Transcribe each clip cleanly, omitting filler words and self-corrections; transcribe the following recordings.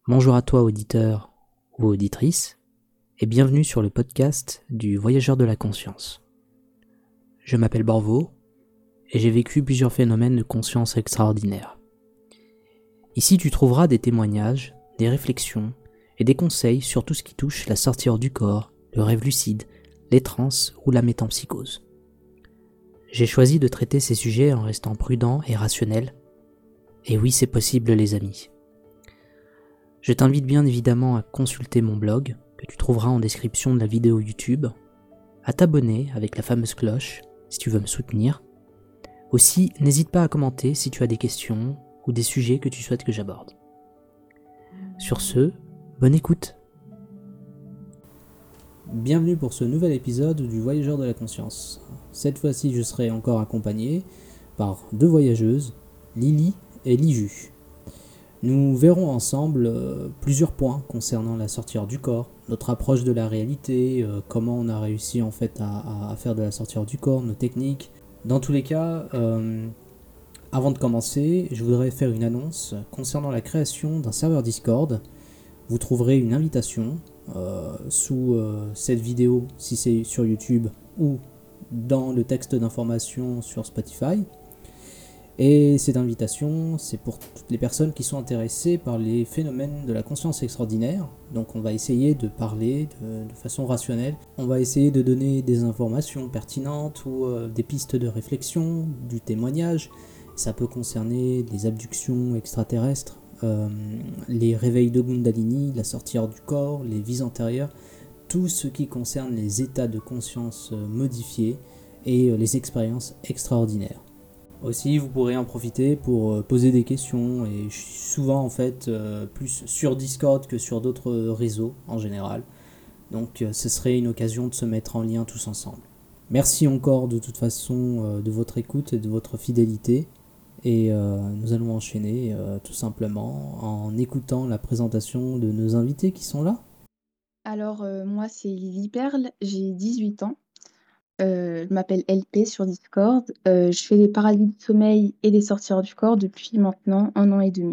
Bonjour à toi auditeur ou auditrice, et bienvenue sur le podcast du Voyageur de la Conscience. Je m'appelle Borvo, et j'ai vécu plusieurs phénomènes de conscience extraordinaires. Ici tu trouveras des témoignages, des réflexions et des conseils sur tout ce qui touche la sortie hors du corps, le rêve lucide, les transes ou la métempsychose. J'ai choisi de traiter ces sujets en restant prudent et rationnel, et oui c'est possible les amis. Je t'invite bien évidemment à consulter mon blog, que tu trouveras en description de la vidéo YouTube, à t'abonner avec la fameuse cloche, si tu veux me soutenir. Aussi, n'hésite pas à commenter si tu as des questions ou des sujets que tu souhaites que j'aborde. Sur ce, bonne écoute. Bienvenue pour ce nouvel épisode du Voyageur de la Conscience. Cette fois-ci, je serai encore accompagné par deux voyageuses, Lily et Liju. Nous verrons ensemble plusieurs points concernant la sortie hors du corps, notre approche de la réalité, comment on a réussi en fait à faire de la sortie hors du corps, nos techniques. Dans tous les cas, avant de commencer, je voudrais faire une annonce concernant la création d'un serveur Discord. Vous trouverez une invitation sous cette vidéo si c'est sur YouTube ou dans le texte d'information sur Spotify. Et cette invitation, c'est pour toutes les personnes qui sont intéressées par les phénomènes de la conscience extraordinaire. Donc on va essayer de parler de façon rationnelle. On va essayer de donner des informations pertinentes ou des pistes de réflexion, du témoignage. Ça peut concerner les abductions extraterrestres, les réveils de Kundalini, la sortie hors du corps, les vies antérieures, tout ce qui concerne les états de conscience modifiés et les expériences extraordinaires. Aussi, vous pourrez en profiter pour poser des questions, et je suis souvent en fait plus sur Discord que sur d'autres réseaux en général. Donc ce serait une occasion de se mettre en lien tous ensemble. Merci encore de toute façon de votre écoute et de votre fidélité. Et nous allons enchaîner tout simplement en écoutant la présentation de nos invités qui sont là. Alors, moi, c'est Lily Perle, j'ai 18 ans. Je m'appelle LP sur Discord. Je fais des paralyses de sommeil et des sorties hors du corps depuis maintenant 1 an et demi.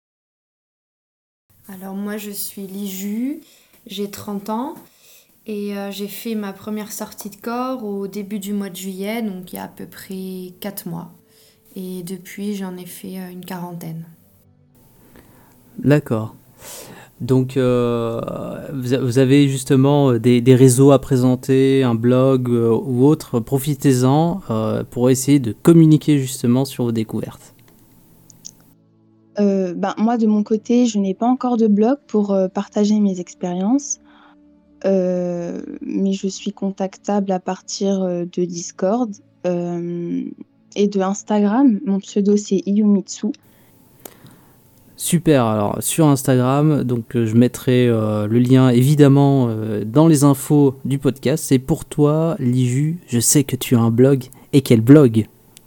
Alors moi je suis Liju, j'ai 30 ans et j'ai fait ma première sortie de corps au début du mois de juillet, donc il y a à peu près 4 mois. Et depuis j'en ai fait une quarantaine. D'accord. Donc vous avez justement des réseaux à présenter, un blog ou autre. Profitez-en pour essayer de communiquer justement sur vos découvertes. Moi, de mon côté, je n'ai pas encore de blog pour partager mes expériences, mais je suis contactable à partir de Discord et de Instagram. Mon pseudo, c'est Iyumitsu. Super, alors sur Instagram, donc je mettrai le lien évidemment dans les infos du podcast. C'est pour toi, Liju, je sais que tu as un blog. Et quel blog?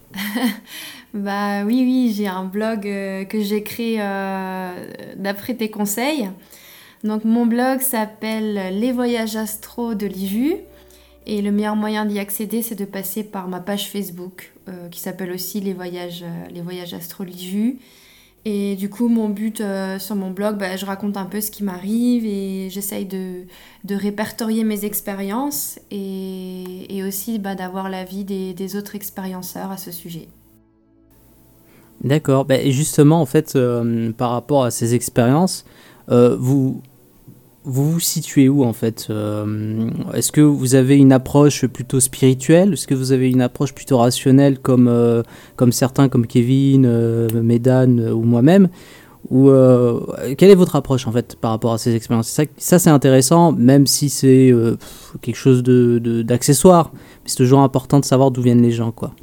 Bah oui, j'ai un blog que j'ai créé d'après tes conseils. Donc mon blog s'appelle Les Voyages Astro de Liju. Et le meilleur moyen d'y accéder, c'est de passer par ma page Facebook, qui s'appelle aussi Les Voyages Astro Liju. Et du coup, mon but sur mon blog, je raconte un peu ce qui m'arrive et j'essaye de répertorier mes expériences et aussi d'avoir l'avis des autres expérienceurs à ce sujet. D'accord, et justement en fait par rapport à ces expériences, vous vous situez où en fait? Est-ce que vous avez une approche plutôt spirituelle? Est-ce que vous avez une approche plutôt rationnelle comme certains, comme Kevin, Medan ou moi-même? Ou quelle est votre approche en fait par rapport à ces expériences? Ça c'est intéressant, même si c'est quelque chose d'accessoire. Mais c'est toujours important de savoir d'où viennent les gens, quoi.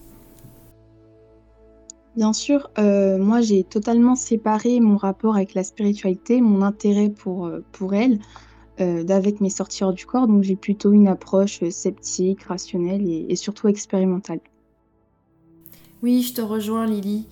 Bien sûr, moi, j'ai totalement séparé mon rapport avec la spiritualité, mon intérêt pour elle, d'avec mes sorties hors du corps. Donc j'ai plutôt une approche, sceptique, rationnelle et surtout expérimentale. Oui, je te rejoins Lily.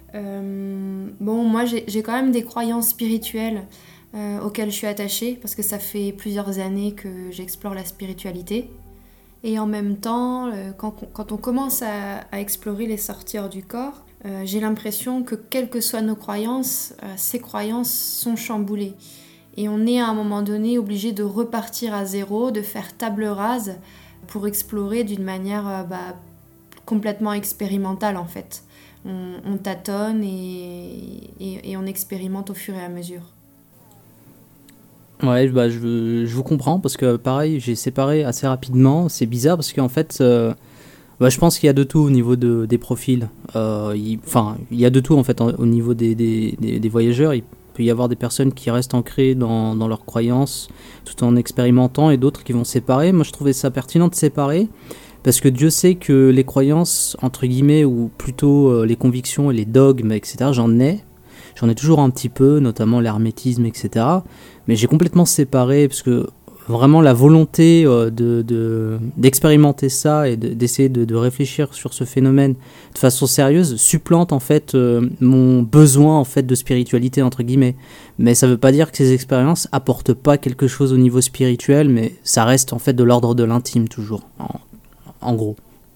Moi j'ai quand même des croyances spirituelles auxquelles je suis attachée parce que ça fait plusieurs années que j'explore la spiritualité. Et en même temps, quand on commence à explorer les sorties hors du corps, j'ai l'impression que quelles que soient nos croyances, ces croyances sont chamboulées. Et on est à un moment donné obligé de repartir à zéro, de faire table rase pour explorer d'une manière complètement expérimentale en fait. On tâtonne et on expérimente au fur et à mesure. Ouais, je vous comprends parce que pareil, j'ai séparé assez rapidement. C'est bizarre parce qu'en fait, je pense qu'il y a de tout au niveau des profils. Il y a de tout en fait au niveau des voyageurs. Il peut y avoir des personnes qui restent ancrées dans leurs croyances tout en expérimentant et d'autres qui vont séparer. Moi, je trouvais ça pertinent de séparer parce que Dieu sait que les croyances, entre guillemets, ou plutôt les convictions et les dogmes, etc., J'en ai toujours un petit peu, notamment l'hermétisme, etc. Mais j'ai complètement séparé parce que vraiment la volonté d'expérimenter ça et d'essayer de réfléchir sur ce phénomène de façon sérieuse supplante en fait mon besoin en fait de spiritualité entre guillemets. Mais ça veut pas dire que ces expériences apportent pas quelque chose au niveau spirituel, mais ça reste en fait de l'ordre de l'intime toujours, en gros.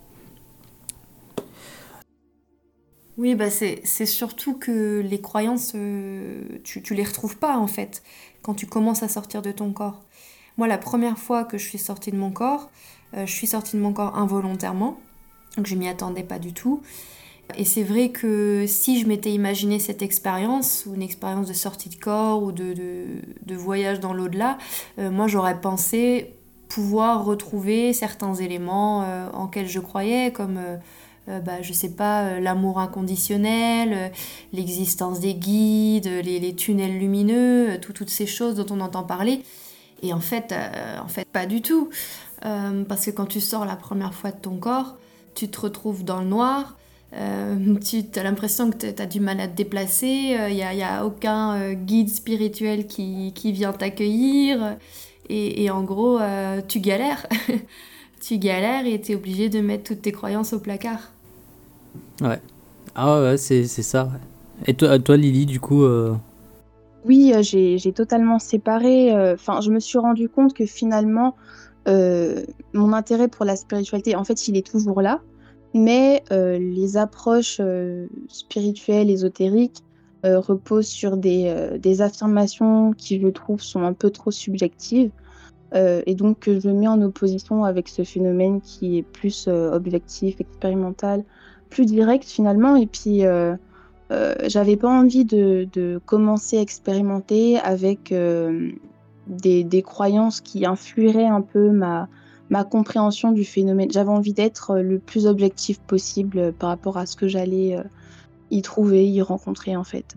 Oui, c'est surtout que les croyances, tu les retrouves pas en fait quand tu commences à sortir de ton corps. Moi, la première fois que je suis sortie de mon corps, je suis sortie de mon corps involontairement, donc je m'y attendais pas du tout. Et c'est vrai que si je m'étais imaginé cette expérience, ou une expérience de sortie de corps, ou de voyage dans l'au-delà, moi j'aurais pensé pouvoir retrouver certains éléments en quels je croyais, comme je sais pas, l'amour inconditionnel, l'existence des guides, les tunnels lumineux, toutes ces choses dont on entend parler. Et en fait, pas du tout. Parce que quand tu sors la première fois de ton corps, tu te retrouves dans le noir, tu as l'impression que tu as du mal à te déplacer, il n'y a aucun guide spirituel qui vient t'accueillir. Et en gros, tu galères. Tu galères et tu es obligé de mettre toutes tes croyances au placard. Ouais. Ah ouais, c'est ça. Ouais. Et toi Lily, du coup... Oui, j'ai totalement séparé. Enfin, je me suis rendu compte que finalement, mon intérêt pour la spiritualité, en fait, il est toujours là. Mais les approches spirituelles, ésotériques, reposent sur des affirmations qui, je trouve, sont un peu trop subjectives. Et donc, que je mets en opposition avec ce phénomène qui est plus objectif, expérimental, plus direct finalement. Et puis, j'avais pas envie de commencer à expérimenter avec des croyances qui influeraient un peu ma compréhension du phénomène. J'avais envie d'être le plus objectif possible par rapport à ce que j'allais y trouver, y rencontrer en fait.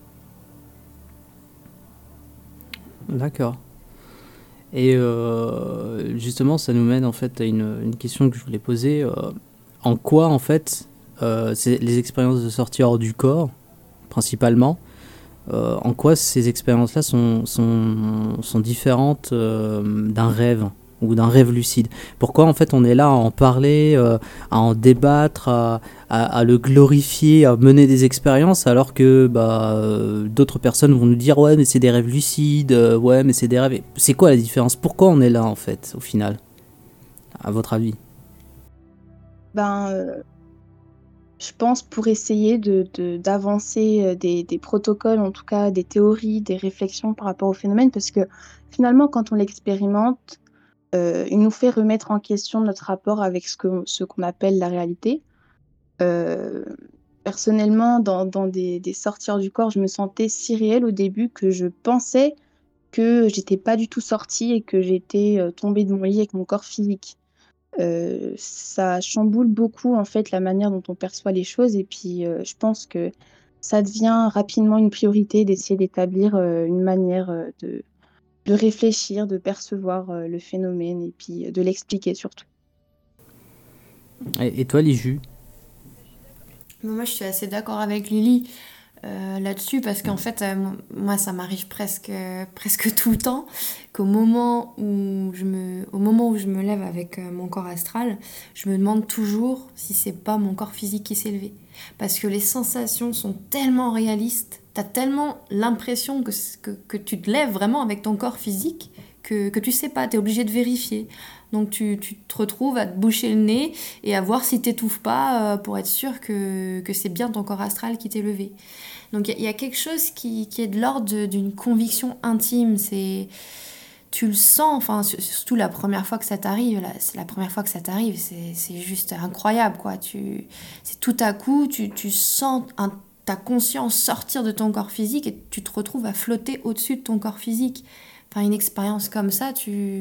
D'accord. Et justement, ça nous mène en fait à une question que je voulais poser. En quoi en fait c'est les expériences de sortie hors du corps, principalement, en quoi ces expériences-là sont différentes d'un rêve ou d'un rêve lucide? Pourquoi en fait on est là à en parler, à en débattre, à le glorifier, à mener des expériences, alors que d'autres personnes vont nous dire ouais mais c'est des rêves lucides, ouais mais c'est des rêves. C'est quoi la différence? Pourquoi on est là en fait au final, à votre avis? Ben, je pense pour essayer d'avancer des protocoles, en tout cas des théories, des réflexions par rapport au phénomène, parce que finalement, quand on l'expérimente, il nous fait remettre en question notre rapport avec ce qu'on appelle la réalité. Euh, Personnellement, dans des sorties hors du corps, je me sentais si réelle au début que je pensais que j'étais pas du tout sortie et que j'étais tombée de mon lit avec mon corps physique. Ça chamboule beaucoup en fait la manière dont on perçoit les choses et puis je pense que ça devient rapidement une priorité d'essayer d'établir une manière de réfléchir, de percevoir le phénomène et puis de l'expliquer surtout. Et toi Liju? Moi, je suis assez d'accord avec Lily là-dessus parce qu'en fait, moi, ça m'arrive presque tout le temps qu'au moment où au moment où je me lève avec mon corps astral, je me demande toujours si c'est pas mon corps physique qui s'est levé. Parce que les sensations sont tellement réalistes, t'as tellement l'impression que tu te lèves vraiment avec ton corps physique que tu sais pas, tu es obligé de vérifier. Donc tu te retrouves à te boucher le nez et à voir si t'étouffes pas pour être sûr que c'est bien ton corps astral qui t'est levé. Donc il y a quelque chose qui est de l'ordre d'une conviction intime. Tu le sens, enfin surtout la première fois que ça t'arrive, c'est la première fois que ça t'arrive, c'est juste incroyable quoi. C'est tout à coup, tu sens ta conscience sortir de ton corps physique et tu te retrouves à flotter au-dessus de ton corps physique. Enfin une expérience comme ça,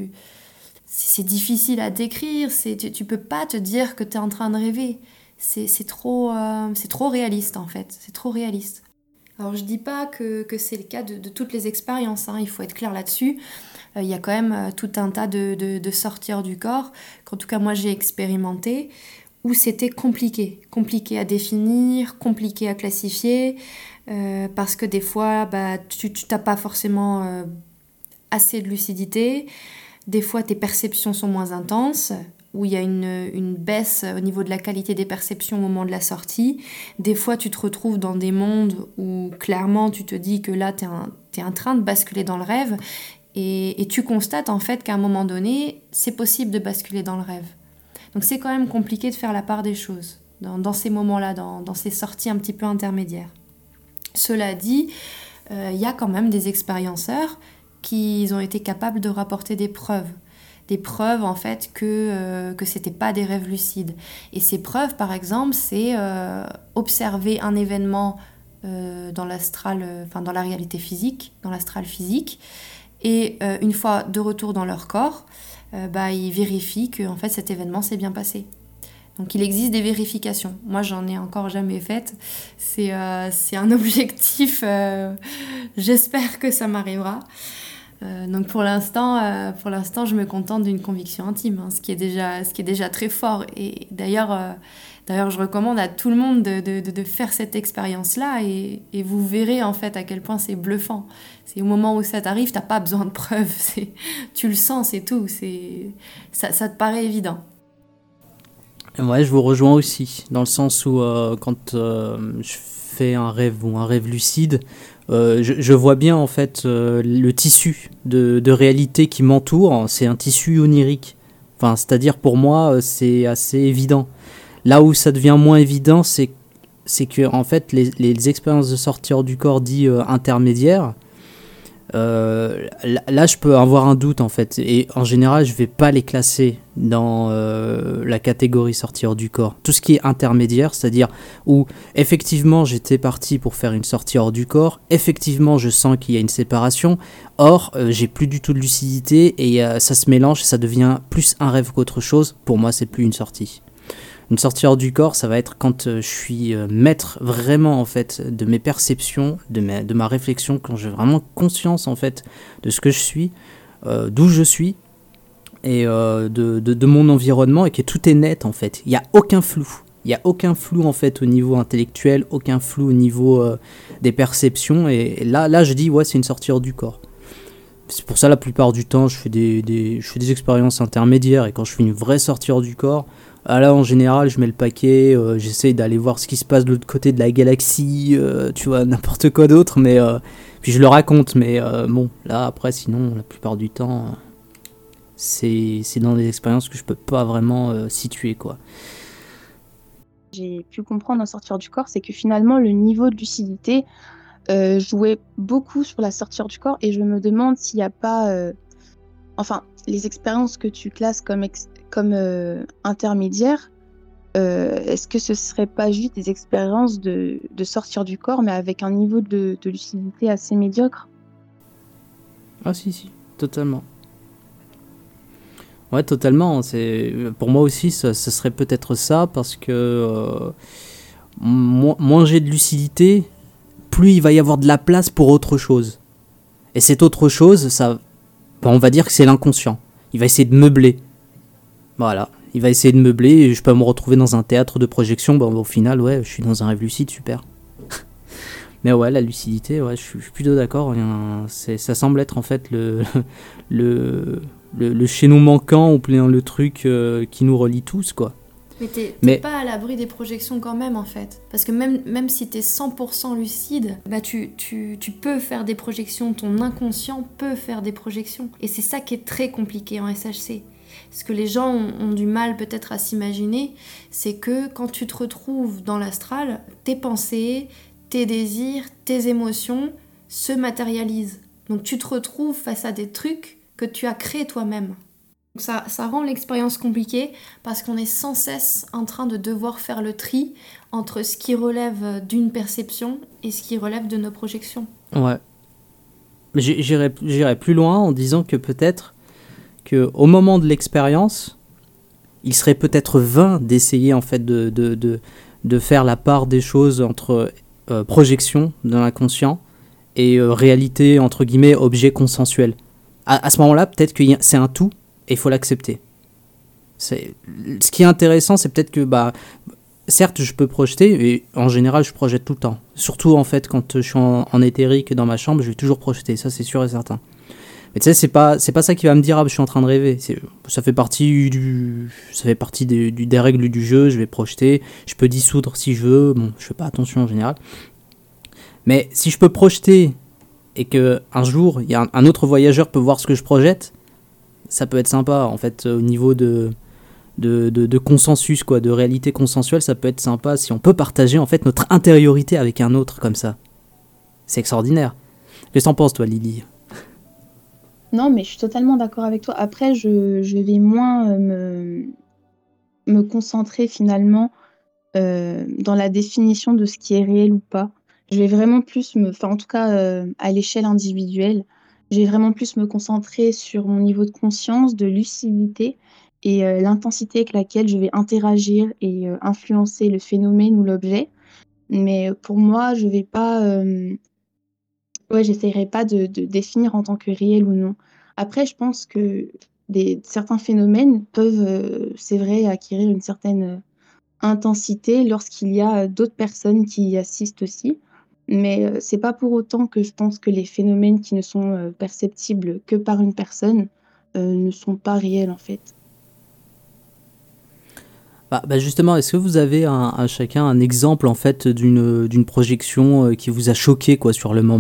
c'est difficile à décrire, tu peux pas te dire que tu es en train de rêver. C'est trop réaliste en fait, c'est trop réaliste. Alors je dis pas que c'est le cas de toutes les expériences, hein, il faut être clair là-dessus. Il y a quand même tout un tas de sortir du corps, qu'en tout cas moi j'ai expérimenté, où c'était compliqué à définir, compliqué à classifier, parce que des fois tu n'as pas forcément assez de lucidité. Des fois, tes perceptions sont moins intenses, où il y a une baisse au niveau de la qualité des perceptions au moment de la sortie. Des fois, tu te retrouves dans des mondes où clairement, tu te dis que là, tu es en train de basculer dans le rêve et tu constates en fait qu'à un moment donné, c'est possible de basculer dans le rêve. Donc c'est quand même compliqué de faire la part des choses dans ces moments-là, dans ces sorties un petit peu intermédiaires. Cela dit, il y a quand même des expérienceurs qu'ils ont été capables de rapporter des preuves en fait que c'était pas des rêves lucides. Et ces preuves, par exemple, c'est observer un événement dans l'astral, dans la réalité physique, dans l'astral physique, et une fois de retour dans leur corps, ils vérifient que en fait cet événement s'est bien passé. Donc il existe des vérifications. Moi, j'en ai encore jamais faites. C'est un objectif. J'espère que ça m'arrivera. Donc pour l'instant, je me contente d'une conviction intime, hein, ce qui est déjà très fort. Et d'ailleurs, je recommande à tout le monde de faire cette expérience-là et vous verrez en fait à quel point c'est bluffant. C'est au moment où ça t'arrive, t'as pas besoin de preuves. Tu le sens, c'est tout. Ça te paraît évident. Ouais, je vous rejoins aussi, dans le sens où quand je fais un rêve ou un rêve lucide, je vois bien en fait le tissu de réalité qui m'entoure, c'est un tissu onirique. Enfin, c'est-à-dire pour moi, c'est assez évident. Là où ça devient moins évident, c'est que en fait les expériences de sortir du corps dit intermédiaires, là je peux avoir un doute en fait, et en général je vais pas les classer dans la catégorie sortir du corps. Tout ce qui est intermédiaire, c'est-à-dire où effectivement j'étais parti pour faire une sortie hors du corps, effectivement je sens qu'il y a une séparation, or j'ai plus du tout de lucidité et ça se mélange, ça devient plus un rêve qu'autre chose. Pour moi c'est plus une sortie. Une sortie hors du corps, ça va être quand je suis maître vraiment en fait de mes perceptions, de ma réflexion, quand j'ai vraiment conscience en fait de ce que je suis, d'où je suis et de mon environnement, et que tout est net en fait. Il n'y a aucun flou. Il n'y a aucun flou en fait au niveau intellectuel, aucun flou au niveau des perceptions, et là je dis ouais, c'est une sortie hors du corps. C'est pour ça la plupart du temps je fais des expériences intermédiaires, et quand je fais une vraie sortie hors du corps, là en général je mets le paquet, j'essaye d'aller voir ce qui se passe de l'autre côté de la galaxie, tu vois, n'importe quoi d'autre, mais puis je le raconte, mais bon, là après sinon la plupart du temps c'est dans des expériences que je peux pas vraiment situer quoi. J'ai pu comprendre en sortir du corps, c'est que finalement le niveau de lucidité jouait beaucoup sur la sortir du corps, et je me demande s'il n'y a pas les expériences que tu classes comme intermédiaires, est-ce que ce serait pas juste des expériences de sortir du corps, mais avec un niveau de lucidité assez médiocre? Ah si, totalement. Ouais, totalement. Pour moi aussi, ça serait peut-être ça, parce que moins j'ai de lucidité, plus il va y avoir de la place pour autre chose. Et cette autre chose, on va dire que c'est l'inconscient. Il va essayer de meubler. Voilà. Il va essayer de meubler, et je peux me retrouver dans un théâtre de projection. Au final, ouais, je suis dans un rêve lucide, super. Mais ouais, la lucidité, ouais, je suis plutôt d'accord. Ça semble être en fait le chaînon manquant, ou bien le truc qui nous relie tous, quoi. Mais t'es Mais pas à l'abri des projections quand même en fait. Parce que même si t'es 100% lucide, bah tu peux faire des projections, ton inconscient peut faire des projections. Et c'est ça qui est très compliqué en SHC. Ce que les gens ont du mal peut-être à s'imaginer, c'est que quand tu te retrouves dans l'astral, tes pensées, tes désirs, tes émotions se matérialisent. Donc tu te retrouves face à des trucs que tu as créés toi-même. Donc ça rend l'expérience compliquée parce qu'on est sans cesse en train de devoir faire le tri entre ce qui relève d'une perception et ce qui relève de nos projections. ouais. Mais j'irais plus loin en disant que peut-être qu'au moment de l'expérience, il serait peut-être vain d'essayer en fait de faire la part des choses entre projection dans l'inconscient et réalité, entre guillemets, objet consensuel. À ce moment-là, peut-être que c'est un tout et il faut l'accepter. Ce qui est intéressant, c'est peut-être que, certes, je peux projeter, et en général, je projette tout le temps. Surtout, en fait, quand je suis en éthérique dans ma chambre, je vais toujours projeter, ça c'est sûr et certain. Mais tu sais, c'est pas ça qui va me dire, je suis en train de rêver. Ça fait partie des règles du jeu, je vais projeter, je peux dissoudre si je veux, bon, je fais pas attention en général. Mais si je peux projeter et que un jour, il y a un autre voyageur peut voir ce que je projette, ça peut être sympa, en fait, au niveau de consensus, quoi, de réalité consensuelle, ça peut être sympa si on peut partager, en fait, notre intériorité avec un autre, comme ça. C'est extraordinaire. Qu'est-ce que t'en penses, toi, Lily ? Non, mais je suis totalement d'accord avec toi. Après, je vais moins me concentrer finalement dans la définition de ce qui est réel ou pas. Je vais vraiment plus enfin en tout cas à l'échelle individuelle, je vais vraiment plus me concentrer sur mon niveau de conscience, de lucidité et l'intensité avec laquelle je vais interagir et influencer le phénomène ou l'objet. Mais pour moi, je vais pas, ouais, j'essaierai pas de définir en tant que réel ou non. Après, je pense que certains phénomènes peuvent, c'est vrai, acquérir une certaine intensité lorsqu'il y a d'autres personnes qui y assistent aussi. Mais c'est pas pour autant que je pense que les phénomènes qui ne sont perceptibles que par une personne ne sont pas réels en fait. Justement, est-ce que vous avez à chacun un exemple, en fait, d'une projection qui vous a choqué, quoi, sur le moment ?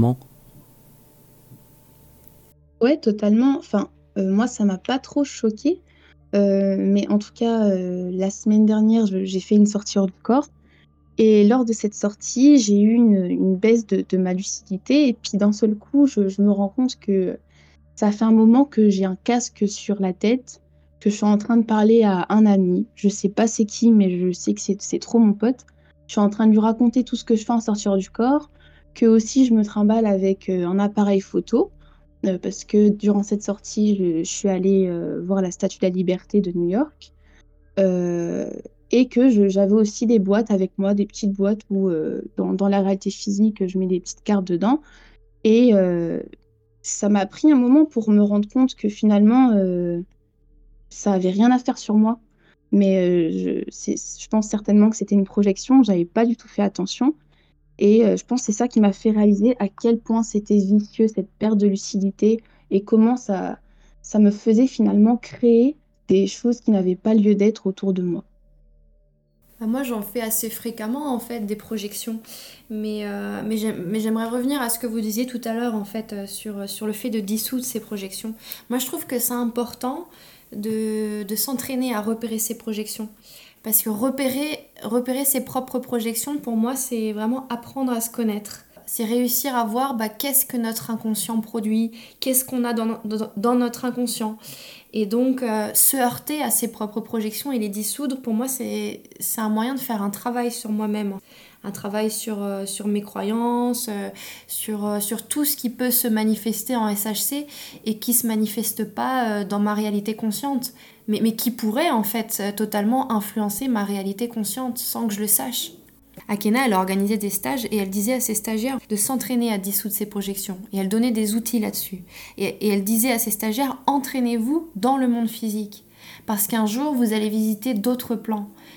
Ouais, totalement. Enfin, moi, ça m'a pas trop choquée, mais en tout cas, la semaine dernière, j'ai fait une sortie hors du corps et lors de cette sortie, j'ai eu une baisse de ma lucidité et puis d'un seul coup, je me rends compte que ça fait un moment que j'ai un casque sur la tête, que je suis en train de parler à un ami. Je sais pas c'est qui, mais je sais que c'est trop mon pote. Je suis en train de lui raconter tout ce que je fais en sortir du corps, que aussi je me trimballe avec un appareil photo, parce que durant cette sortie, je suis allée voir la Statue de la Liberté de New York, euh, et que j'avais aussi des boîtes avec moi, des petites boîtes où dans la réalité physique, je mets des petites cartes dedans. Et ça m'a pris un moment pour me rendre compte que finalement, ça avait rien à faire sur moi. Mais je pense certainement que c'était une projection, j'avais pas du tout fait attention. Et je pense que c'est ça qui m'a fait réaliser à quel point c'était vicieux, cette perte de lucidité, et comment ça me faisait finalement créer des choses qui n'avaient pas lieu d'être autour de moi. Moi, j'en fais assez fréquemment, en fait, des projections. Mais j'aimerais revenir à ce que vous disiez tout à l'heure, en fait, sur le fait de dissoudre ces projections. Moi, je trouve que c'est important de s'entraîner à repérer ces projections. Parce que repérer ses propres projections, pour moi, c'est vraiment apprendre à se connaître. C'est réussir à voir qu'est-ce que notre inconscient produit, qu'est-ce qu'on a dans notre inconscient. Et donc, se heurter à ses propres projections et les dissoudre, pour moi, c'est un moyen de faire un travail sur moi-même. Un travail sur mes croyances, sur tout ce qui peut se manifester en SHC et qui ne se manifeste pas dans ma réalité consciente, mais qui pourrait en fait totalement influencer ma réalité consciente sans que je le sache. Akena, elle a organisé des stages et elle disait à ses stagiaires de s'entraîner à dissoudre ses projections. Et elle donnait des outils là-dessus. Et elle disait à ses stagiaires, entraînez-vous dans le monde physique. Parce qu'un jour, vous allez visiter d'autres plans.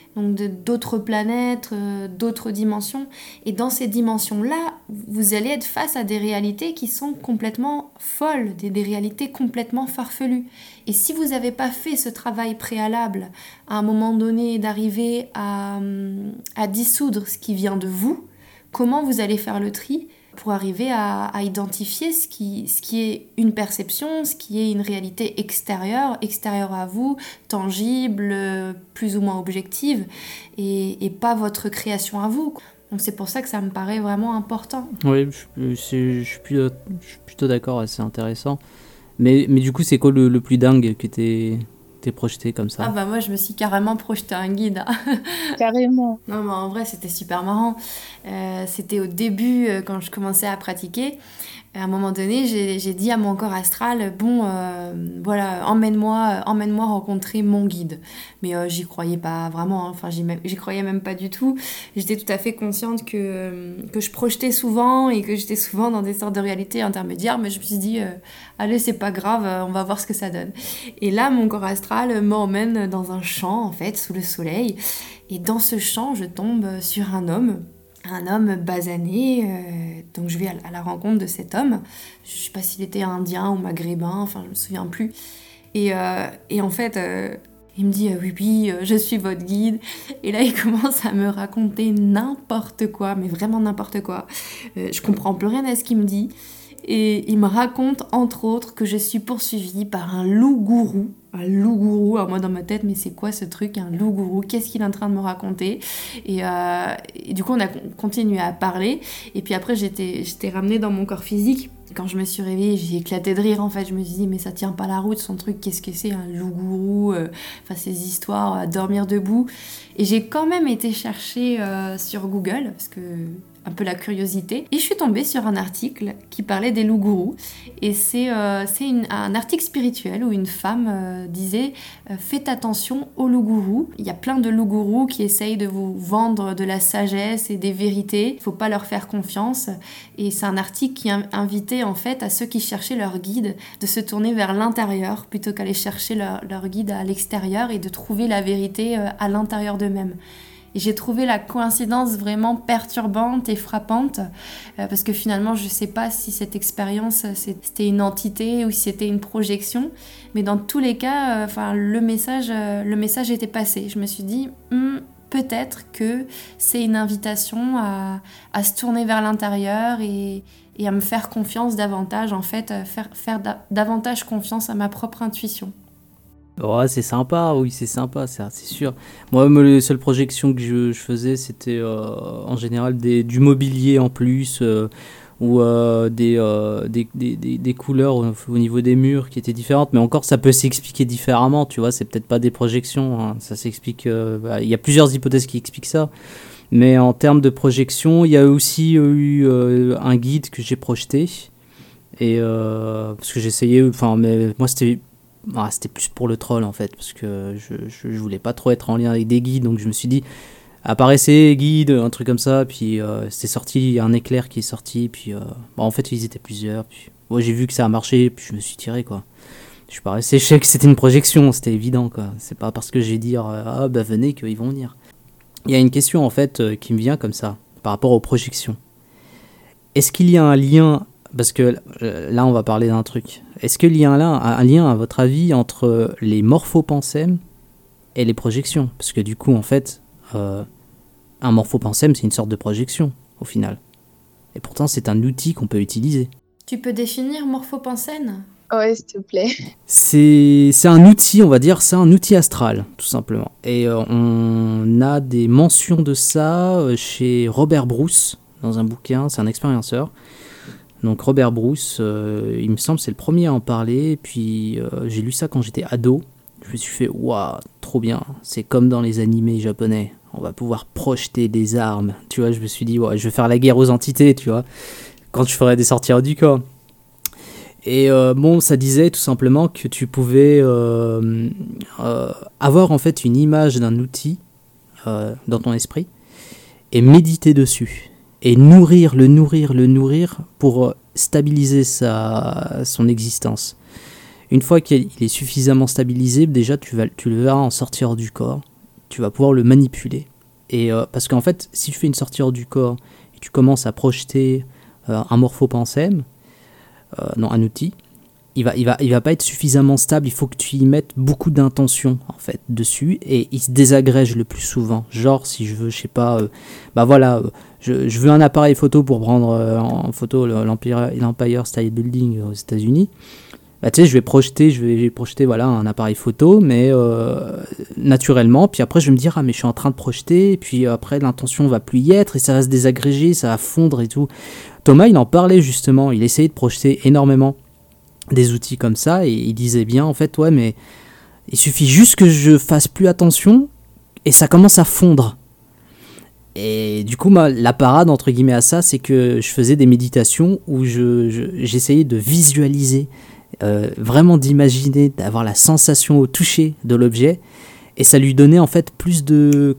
donc d'autres planètes, d'autres dimensions. Et dans ces dimensions-là, vous allez être face à des réalités qui sont complètement folles, des réalités complètement farfelues. Et si vous n'avez pas fait ce travail préalable, à un moment donné, d'arriver à dissoudre ce qui vient de vous, comment vous allez faire le tri pour arriver à identifier ce qui est une perception, ce qui est une réalité extérieure à vous, tangible, plus ou moins objective, et pas votre création à vous. Donc c'est pour ça que ça me paraît vraiment important. Oui, je suis plutôt d'accord, c'est intéressant. Mais du coup, c'est quoi le plus dingue que t'es projeté comme ça? Ah bah moi je me suis carrément projeté un guide. Carrément. Non mais en vrai c'était super marrant. C'était au début quand je commençais à pratiquer. À un moment donné j'ai dit à mon corps astral voilà emmène-moi rencontrer mon guide. Mais j'y croyais pas vraiment, hein. Enfin j'y croyais même pas du tout. J'étais tout à fait consciente que je projetais souvent et que j'étais souvent dans des sortes de réalités intermédiaires, mais je me suis dit allez c'est pas grave, on va voir ce que ça donne. Et là mon corps astral m'emmène dans un champ en fait sous le soleil, et dans ce champ je tombe sur un homme basané, donc je vais à la rencontre de cet homme. Je sais pas s'il était indien ou maghrébin, enfin je me souviens plus. Et en fait, il me dit oui, je suis votre guide. Et là il commence à me raconter n'importe quoi, mais vraiment n'importe quoi. Je comprends plus rien à ce qu'il me dit. Et il me raconte entre autres que je suis poursuivie par un loup-gourou. Un loup-gourou, alors moi dans ma tête, mais c'est quoi ce truc, un loup-gourou? Qu'est-ce qu'il est en train de me raconter? Et du coup on a continué à parler, et puis après j'étais ramenée dans mon corps physique. Quand je me suis réveillée, j'ai éclaté de rire en fait. Je me suis dit mais ça tient pas la route son truc, qu'est-ce que c'est un loup-gourou, enfin ces histoires à dormir debout. Et j'ai quand même été chercher sur Google, parce que un peu la curiosité, et je suis tombée sur un article qui parlait des loups-gourous, et c'est un article spirituel où une femme disait faites attention aux loups-gourous. Il y a plein de loups-gourous qui essayent de vous vendre de la sagesse et des vérités, il faut pas leur faire confiance, et c'est un article qui invitait en fait à ceux qui cherchaient leur guide de se tourner vers l'intérieur plutôt qu'aller chercher leur guide à l'extérieur, et de trouver la vérité à l'intérieur d'eux-mêmes. Et j'ai trouvé la coïncidence vraiment perturbante et frappante, parce que finalement je ne sais pas si cette expérience c'était une entité ou si c'était une projection, mais dans tous les cas le message était passé. Je me suis dit peut-être que c'est une invitation à se tourner vers l'intérieur et à me faire confiance davantage, en fait, faire davantage confiance à ma propre intuition. Ouais, c'est sympa, oui, c'est sympa, ça, c'est sûr. Moi, les seules projections que je faisais, c'était en général du mobilier en plus, ou des couleurs au niveau des murs qui étaient différentes. Mais encore, ça peut s'expliquer différemment, tu vois, c'est peut-être pas des projections, hein. Ça s'explique. Il y a plusieurs hypothèses qui expliquent ça. Mais en termes de projection, il y a aussi eu un guide que j'ai projeté. Et parce que j'essayais, mais moi c'était plus pour le troll en fait, parce que je voulais pas trop être en lien avec des guides, donc je me suis dit apparaissez guide, un truc comme ça, puis c'est sorti, il y a un éclair qui est sorti, puis en fait ils étaient plusieurs, puis moi j'ai vu que ça a marché, puis je me suis tiré quoi. Je suis pas resté, je sais que c'était une projection, c'était évident quoi, c'est pas parce que j'ai dit venez qu'ils vont venir. Il y a une question en fait qui me vient comme ça par rapport aux projections. Est-ce qu'il y a un lien, parce que là on va parler d'un truc, est-ce qu'il y a un lien à votre avis entre les morphopensèmes et les projections? Parce que du coup en fait un morphopensème c'est une sorte de projection au final, et pourtant c'est un outil qu'on peut utiliser. Tu peux définir morphopensème? Ouais, s'il te plaît. C'est un outil, on va dire, c'est un outil astral, tout simplement. Et on a des mentions de ça chez Robert Bruce, dans un bouquin, c'est un expérienceur. Donc Robert Bruce, il me semble, c'est le premier à en parler. Et puis j'ai lu ça quand j'étais ado. Je me suis fait, waouh, trop bien. C'est comme dans les animés japonais. On va pouvoir projeter des armes. Tu vois, je me suis dit, ouais, je vais faire la guerre aux entités, tu vois, quand je ferai des sorties hors du corps. Et ça disait tout simplement que tu pouvais avoir en fait une image d'un outil dans ton esprit et méditer dessus et le nourrir pour stabiliser son existence. Une fois qu'il est suffisamment stabilisé, déjà tu le verras en sortir du corps tu vas pouvoir le manipuler. Et parce qu'en fait, si tu fais une sortie hors du corps et tu commences à projeter un morphopensème, un outil, il va pas être suffisamment stable. Il faut que tu y mettes beaucoup d'intention en fait dessus, et il se désagrège le plus souvent. Genre si je veux, je sais pas, je veux un appareil photo pour prendre en photo l'Empire State Building aux États-Unis. Bah, tu sais, je vais projeter voilà, un appareil photo, mais naturellement. Puis après, je vais me dire, mais je suis en train de projeter. Et puis après, l'intention va plus y être et ça va se désagréger, ça va fondre et tout. Thomas, il en parlait justement. Il essayait de projeter énormément des outils comme ça. Et il disait bien, en fait, ouais, mais il suffit juste que je fasse plus attention et ça commence à fondre. Et du coup, la parade, entre guillemets, à ça, c'est que je faisais des méditations où j'essayais de visualiser, vraiment d'imaginer, d'avoir la sensation au toucher de l'objet, et ça lui donnait en fait plus de,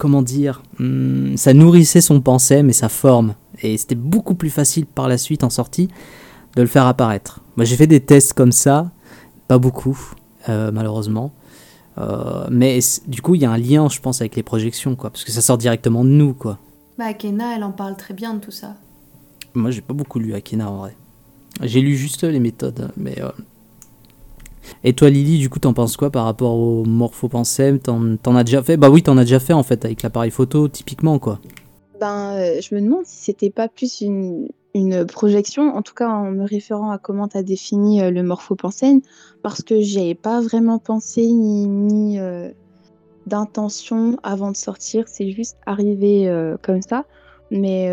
ça nourrissait son pensée et sa forme, et c'était beaucoup plus facile par la suite en sortie de le faire apparaître. Moi j'ai fait des tests comme ça, pas beaucoup malheureusement, mais du coup il y a un lien je pense avec les projections, quoi, parce que ça sort directement de nous, quoi. Akena, elle en parle très bien de tout ça. Moi j'ai pas beaucoup lu Akena en vrai, j'ai lu juste les méthodes, mais Et toi Lily, du coup t'en penses quoi par rapport au morphopensème? T'en as déjà fait? Bah oui, t'en as déjà fait en fait avec l'appareil photo typiquement, quoi. Je me demande si c'était pas plus une projection, en tout cas en me référant à comment tu as défini le morphopensème, parce que j'y avais pas vraiment pensé ni mis d'intention avant de sortir, c'est juste arrivé comme ça. Mais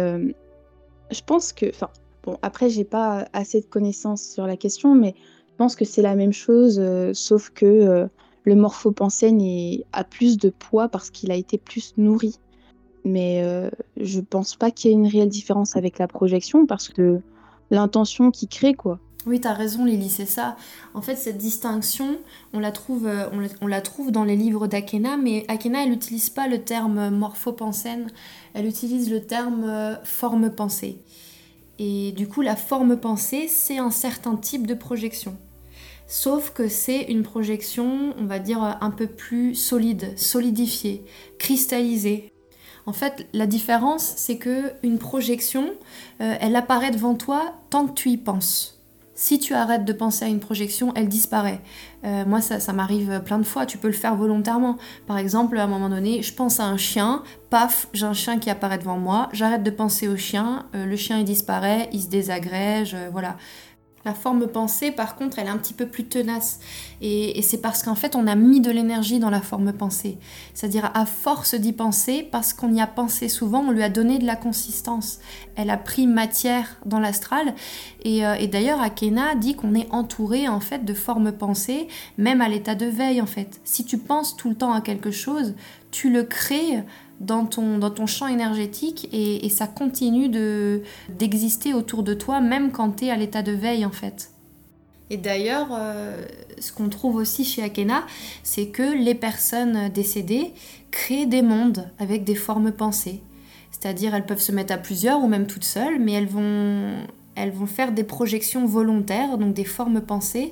je pense que, enfin, bon, après, j'ai pas assez de connaissances sur la question, mais je pense que c'est la même chose, sauf que le morphopensène a plus de poids parce qu'il a été plus nourri. Mais je pense pas qu'il y ait une réelle différence avec la projection parce que l'intention qui crée, quoi. Oui, t'as raison Lily, c'est ça. En fait, cette distinction, on la trouve dans les livres d'Akena, mais Akena, elle n'utilise pas le terme morphopensène, elle utilise le terme forme-pensée. Et du coup, la forme-pensée, c'est un certain type de projection. Sauf que c'est une projection, on va dire, un peu plus solide, solidifiée, cristallisée. En fait, la différence, c'est que une projection, elle apparaît devant toi tant que tu y penses. Si tu arrêtes de penser à une projection, elle disparaît. Moi, ça m'arrive plein de fois, tu peux le faire volontairement. Par exemple, à un moment donné, je pense à un chien, paf, j'ai un chien qui apparaît devant moi, j'arrête de penser au chien, le chien il disparaît, il se désagrège, voilà. La forme pensée, par contre, elle est un petit peu plus tenace. Et c'est parce qu'en fait, on a mis de l'énergie dans la forme pensée. C'est-à-dire, à force d'y penser, parce qu'on y a pensé souvent, on lui a donné de la consistance. Elle a pris matière dans l'astral. Et d'ailleurs, Akena dit qu'on est entouré, en fait, de formes pensées, même à l'état de veille, en fait. Si tu penses tout le temps à quelque chose, tu le crées dans ton champ énergétique et ça continue d'exister autour de toi, même quand tu es à l'état de veille, en fait. Et d'ailleurs, ce qu'on trouve aussi chez Akena, c'est que les personnes décédées créent des mondes avec des formes pensées. C'est-à-dire, elles peuvent se mettre à plusieurs ou même toutes seules, mais elles vont faire des projections volontaires, donc des formes pensées,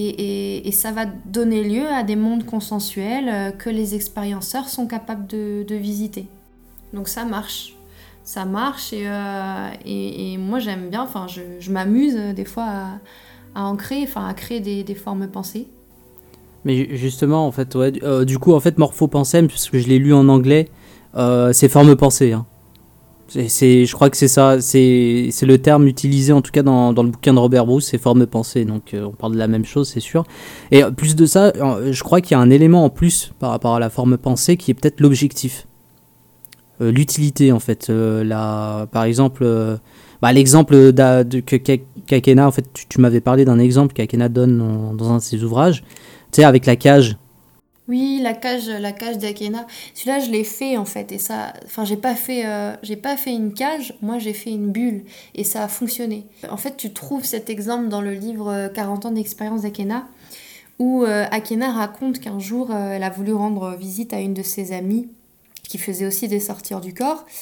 et ça va donner lieu à des mondes consensuels que les expérienceurs sont capables de visiter. Donc ça marche et moi j'aime bien, enfin je m'amuse des fois à créer des formes pensées. Mais justement, en fait, ouais, du coup, en fait, morphopensème, puisque je l'ai lu en anglais, c'est forme pensée, hein. Je crois que c'est ça, c'est le terme utilisé en tout cas dans le bouquin de Robert Bruce, c'est forme pensée, donc on parle de la même chose, c'est sûr. Et plus de ça, je crois qu'il y a un élément en plus par rapport à la forme pensée qui est peut-être l'objectif, l'utilité en fait. Par exemple, l'exemple qu'Akena, en fait, tu m'avais parlé d'un exemple qu'Akena donne dans un de ses ouvrages, tu sais, avec la cage. Oui, la cage d'Akena. Celui-là, je l'ai fait en fait, et ça, enfin, j'ai pas fait une cage. Moi, j'ai fait une bulle, et ça a fonctionné. En fait, tu trouves cet exemple dans le livre 40 ans d'expérience d'Akena, où Akena raconte qu'un jour, elle a voulu rendre visite à une de ses amies qui faisait aussi des sorties hors du corps.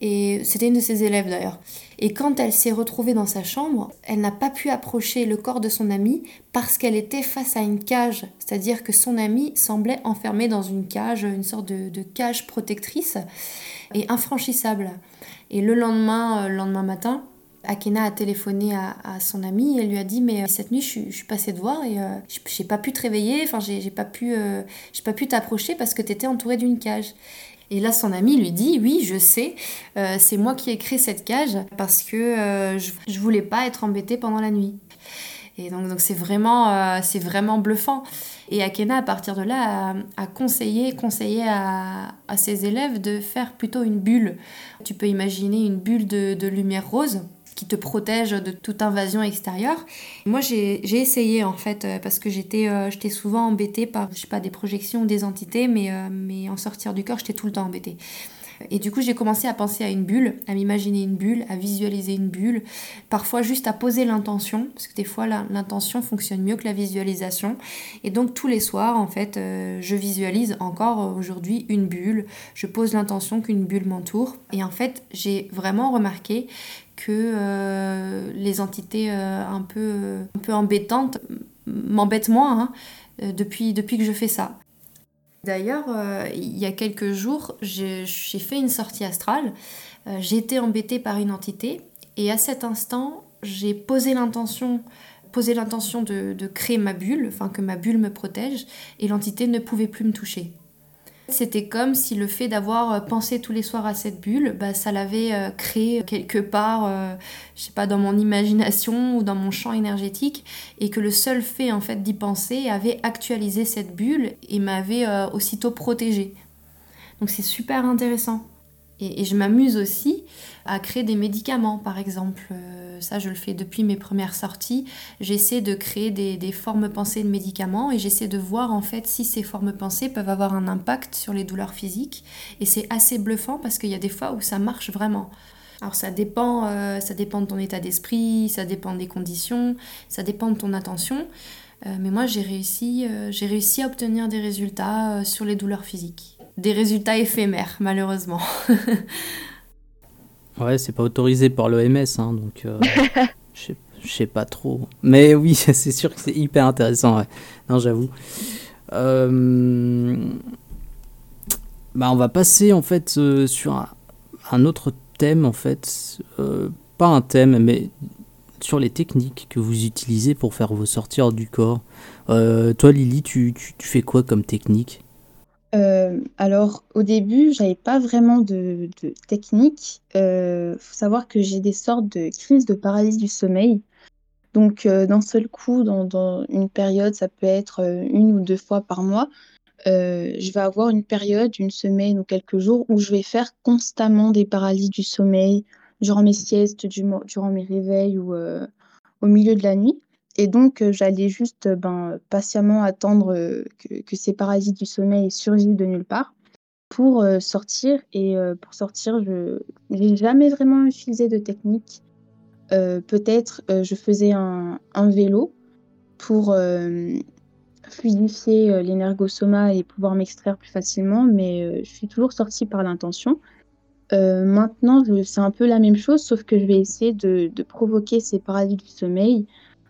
Et c'était une de ses élèves d'ailleurs. Et quand elle s'est retrouvée dans sa chambre, elle n'a pas pu approcher le corps de son amie parce qu'elle était face à une cage. C'est-à-dire que son amie semblait enfermée dans une cage, une sorte de cage protectrice et infranchissable. Et le lendemain matin, Akena a téléphoné à son amie et elle lui a dit mais cette nuit je suis passée te voir et j'ai pas pu te réveiller, enfin j'ai pas pu t'approcher parce que t'étais entourée d'une cage. Et là son amie lui dit oui je sais, c'est moi qui ai créé cette cage parce que je voulais pas être embêtée pendant la nuit. Et donc c'est vraiment bluffant. Et Akena, à partir de là, a conseillé à ses élèves de faire plutôt une bulle. Tu peux imaginer une bulle de lumière rose qui te protège de toute invasion extérieure. Moi, j'ai essayé, en fait, parce que j'étais souvent embêtée par, je sais pas, des projections ou des entités, mais en sortir du corps, j'étais tout le temps embêtée. Et du coup, j'ai commencé à penser à une bulle, à m'imaginer une bulle, à visualiser une bulle, parfois juste à poser l'intention, parce que des fois, l'intention fonctionne mieux que la visualisation. Et donc, tous les soirs, en fait, je visualise encore aujourd'hui une bulle, je pose l'intention qu'une bulle m'entoure. Et en fait, j'ai vraiment remarqué que les entités un peu embêtantes m'embêtent moins depuis que je fais ça. D'ailleurs, il y a quelques jours, j'ai fait une sortie astrale. J'ai été embêtée par une entité et à cet instant, j'ai posé l'intention de créer ma bulle, enfin que ma bulle me protège et l'entité ne pouvait plus me toucher. C'était comme si le fait d'avoir pensé tous les soirs à cette bulle, ça l'avait créé quelque part, je sais pas, dans mon imagination ou dans mon champ énergétique, et que le seul fait en fait d'y penser avait actualisé cette bulle et m'avait aussitôt protégée. Donc c'est super intéressant. Et je m'amuse aussi à créer des médicaments, par exemple. Ça, je le fais depuis mes premières sorties. J'essaie de créer des formes pensées de médicaments et j'essaie de voir en fait si ces formes pensées peuvent avoir un impact sur les douleurs physiques. Et c'est assez bluffant parce qu'il y a des fois où ça marche vraiment. Alors ça dépend de ton état d'esprit, ça dépend des conditions, ça dépend de ton attention. Mais moi, j'ai réussi à obtenir des résultats sur les douleurs physiques. Des résultats éphémères, malheureusement. Ouais, c'est pas autorisé par l'OMS, donc je sais pas trop. Mais oui, c'est sûr que c'est hyper intéressant, ouais. Non, j'avoue. On va passer en fait sur un autre thème, en fait. Pas un thème, mais sur les techniques que vous utilisez pour faire vos sorties hors du corps. Toi, Lily, tu fais quoi comme technique ? Alors, au début, j'avais pas vraiment de technique. Faut savoir que j'ai des sortes de crises de paralysie du sommeil. Donc, d'un seul coup, dans une période, ça peut être 1 ou 2 fois par mois, je vais avoir une période, une semaine ou quelques jours où je vais faire constamment des paralysies du sommeil durant mes siestes, durant mes réveils ou au milieu de la nuit. Et donc, j'allais juste patiemment attendre que ces parasites du sommeil surgissent de nulle part pour sortir. Et pour sortir, je n'ai jamais vraiment utilisé de technique. Peut-être je faisais un vélo pour fluidifier l'énergosoma et pouvoir m'extraire plus facilement, mais je suis toujours sortie par l'intention. Maintenant, c'est un peu la même chose, sauf que je vais essayer de provoquer ces parasites du sommeil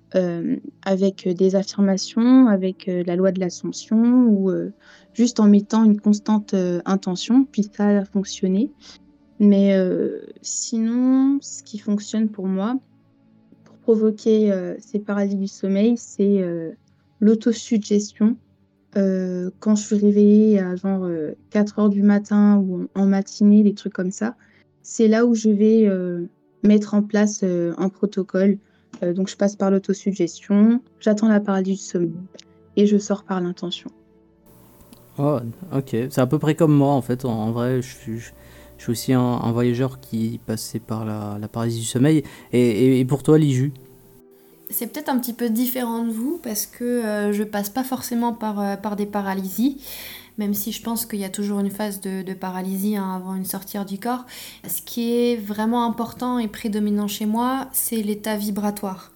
avec des affirmations, avec la loi de l'ascension ou juste en mettant une constante intention, puis ça a fonctionné. Mais sinon, ce qui fonctionne pour moi, pour provoquer ces paralysies du sommeil, c'est l'autosuggestion. Quand je suis réveillée à genre 4 heures du matin ou en matinée, des trucs comme ça, c'est là où je vais mettre en place un protocole. Donc je passe par l'autosuggestion, j'attends la paralysie du sommeil et je sors par l'intention. Oh, ok. C'est à peu près comme moi, en fait. En vrai, je suis aussi un voyageur qui passait par la paralysie du sommeil. Et pour toi, Liju ? C'est peut-être un petit peu différent de vous parce que je passe pas forcément par des paralysies, même si je pense qu'il y a toujours une phase de paralysie avant une sortie hors du corps. Ce qui est vraiment important et prédominant chez moi, c'est l'état vibratoire.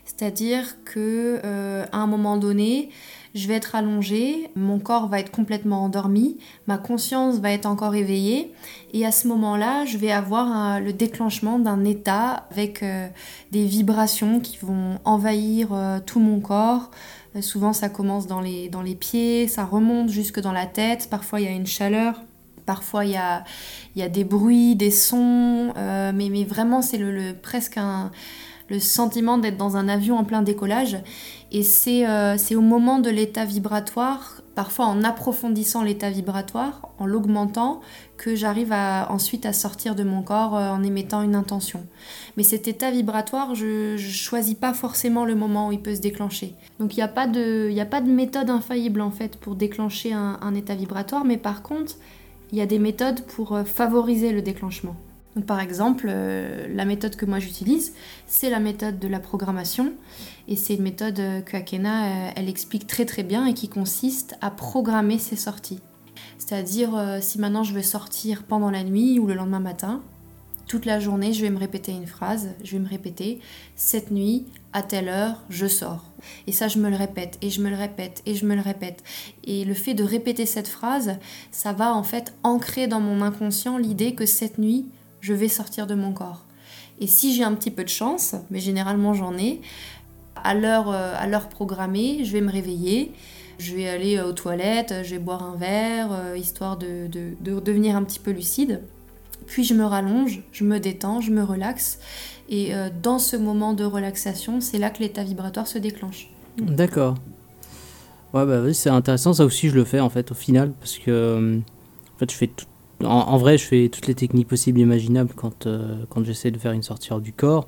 C'est-à-dire que à un moment donné, je vais être allongée, mon corps va être complètement endormi, ma conscience va être encore éveillée, et à ce moment-là, je vais avoir le déclenchement d'un état avec des vibrations qui vont envahir tout mon corps. Souvent, ça commence dans les pieds, ça remonte jusque dans la tête, parfois il y a une chaleur. Parfois, il y a des bruits, des sons, mais vraiment, c'est presque le sentiment d'être dans un avion en plein décollage. Et c'est au moment de l'état vibratoire, parfois en approfondissant l'état vibratoire, en l'augmentant, que j'arrive ensuite à sortir de mon corps en émettant une intention. Mais cet état vibratoire, je choisis pas forcément le moment où il peut se déclencher. Donc il n'y a pas de méthode infaillible en fait pour déclencher un état vibratoire, mais par contre, il y a des méthodes pour favoriser le déclenchement. Donc, par exemple, la méthode que moi j'utilise, c'est la méthode de la programmation. Et c'est une méthode que Akena, elle explique très très bien et qui consiste à programmer ses sorties. C'est-à-dire, si maintenant je veux sortir pendant la nuit ou le lendemain matin, toute la journée, je vais me répéter une phrase. Je vais me répéter « Cette nuit, à telle heure, je sors ». Et ça, je me le répète, et je me le répète, et je me le répète. Et le fait de répéter cette phrase, ça va en fait ancrer dans mon inconscient l'idée que cette nuit, je vais sortir de mon corps. Et si j'ai un petit peu de chance, mais généralement j'en ai, à l'heure programmée, je vais me réveiller, je vais aller aux toilettes, je vais boire un verre, histoire de devenir un petit peu lucide. Puis je me rallonge, je me détends, je me relaxe. Et dans ce moment de relaxation, c'est là que l'état vibratoire se déclenche. D'accord. Ouais, bah oui, c'est intéressant. Ça aussi, je le fais en fait au final. Parce que en fait, je fais tout. En vrai, je fais toutes les techniques possibles et imaginables quand j'essaie de faire une sortie hors du corps.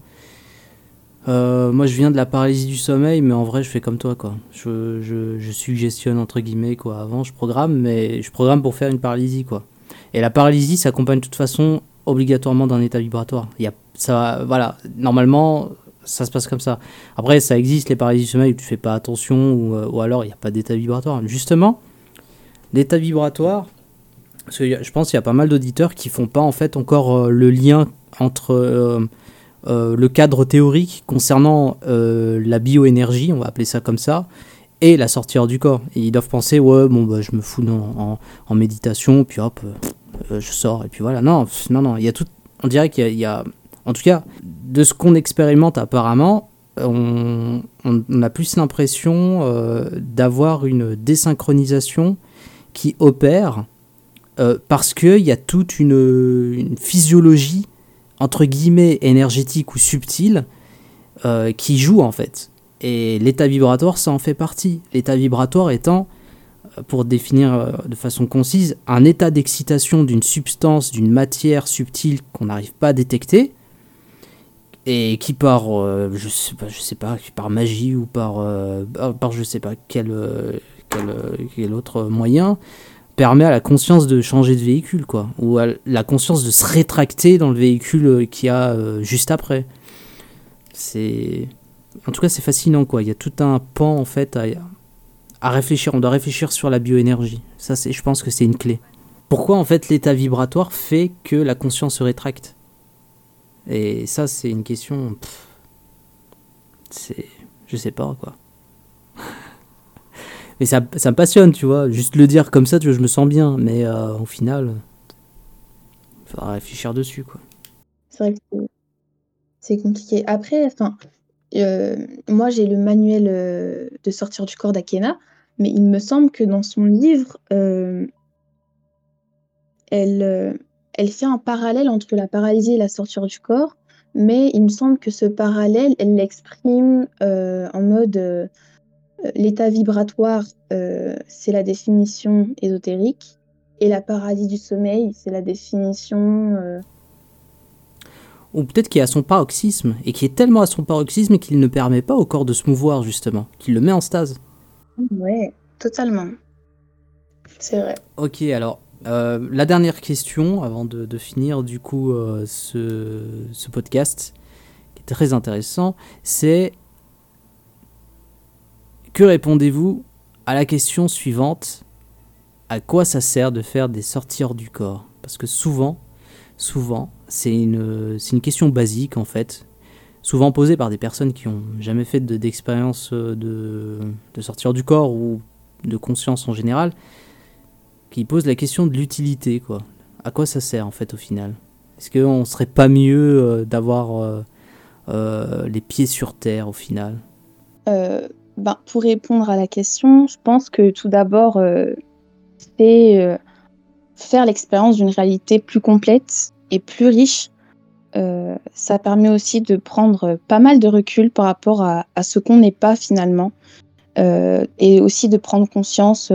Moi, je viens de la paralysie du sommeil, mais en vrai, je fais comme toi, quoi. Je suggestionne, entre guillemets, quoi. Avant, je programme, mais je programme pour faire une paralysie, quoi. Et la paralysie s'accompagne de toute façon obligatoirement d'un état vibratoire. Voilà, normalement, ça se passe comme ça. Après, ça existe, les paralysies du sommeil, où tu fais pas attention, ou alors il n'y a pas d'état vibratoire. Justement, l'état vibratoire, parce que je pense qu'il y a pas mal d'auditeurs qui font pas en fait encore le lien entre le cadre théorique concernant la bioénergie, on va appeler ça comme ça, et la sortie hors du corps. Et ils doivent penser, ouais, bon, bah, je me fous en méditation, puis hop, je sors, et puis voilà. Non, il y a tout. On dirait qu'il y a. En tout cas, de ce qu'on expérimente apparemment, on a plus l'impression d'avoir une désynchronisation qui opère parce qu'il y a toute une physiologie, entre guillemets, énergétique ou subtile, qui joue en fait. Et l'état vibratoire, ça en fait partie. L'état vibratoire étant, pour définir de façon concise, un état d'excitation d'une substance, d'une matière subtile qu'on n'arrive pas à détecter, et qui par, je sais pas, par magie ou par je sais pas quel autre moyen, permet à la conscience de changer de véhicule, quoi, ou à la conscience de se rétracter dans le véhicule qu'il y a juste après. En tout cas, c'est fascinant, quoi. Il y a tout un pan, en fait, à réfléchir. On doit réfléchir sur la bioénergie. Ça, je pense que c'est une clé. Pourquoi, en fait, l'état vibratoire fait que la conscience se rétracte ? Et ça, c'est une question... Je sais pas, quoi. Mais ça me passionne, tu vois. Juste le dire comme ça, tu vois, je me sens bien. Mais au final, il faudra réfléchir dessus, quoi. C'est vrai que c'est compliqué. Après, moi, j'ai le manuel de sortir du corps d'Akena, mais il me semble que dans son livre, elle fait un parallèle entre la paralysie et la sortir du corps, mais il me semble que ce parallèle, elle l'exprime en mode l'état vibratoire, c'est la définition ésotérique, et la paralysie du sommeil, c'est la définition... Ou peut-être qu'il est à son paroxysme, et qui est tellement à son paroxysme qu'il ne permet pas au corps de se mouvoir, justement, qu'il le met en stase. Ouais, totalement. C'est vrai. Ok, alors, la dernière question, avant de finir, du coup, ce podcast, qui est très intéressant, c'est... Que répondez-vous à la question suivante ? À quoi ça sert de faire des sorties hors du corps ? Parce que souvent, c'est une question basique, en fait. souvent posées par des personnes qui n'ont jamais fait d'expérience de sortir du corps ou de conscience en général, qui posent la question de l'utilité, quoi. À quoi ça sert en fait au final? Est-ce qu'on ne serait pas mieux d'avoir les pieds sur terre au final? Pour répondre à la question, je pense que tout d'abord, c'est faire l'expérience d'une réalité plus complète et plus riche. Ça permet aussi de prendre pas mal de recul par rapport à ce qu'on n'est pas finalement, et aussi de prendre conscience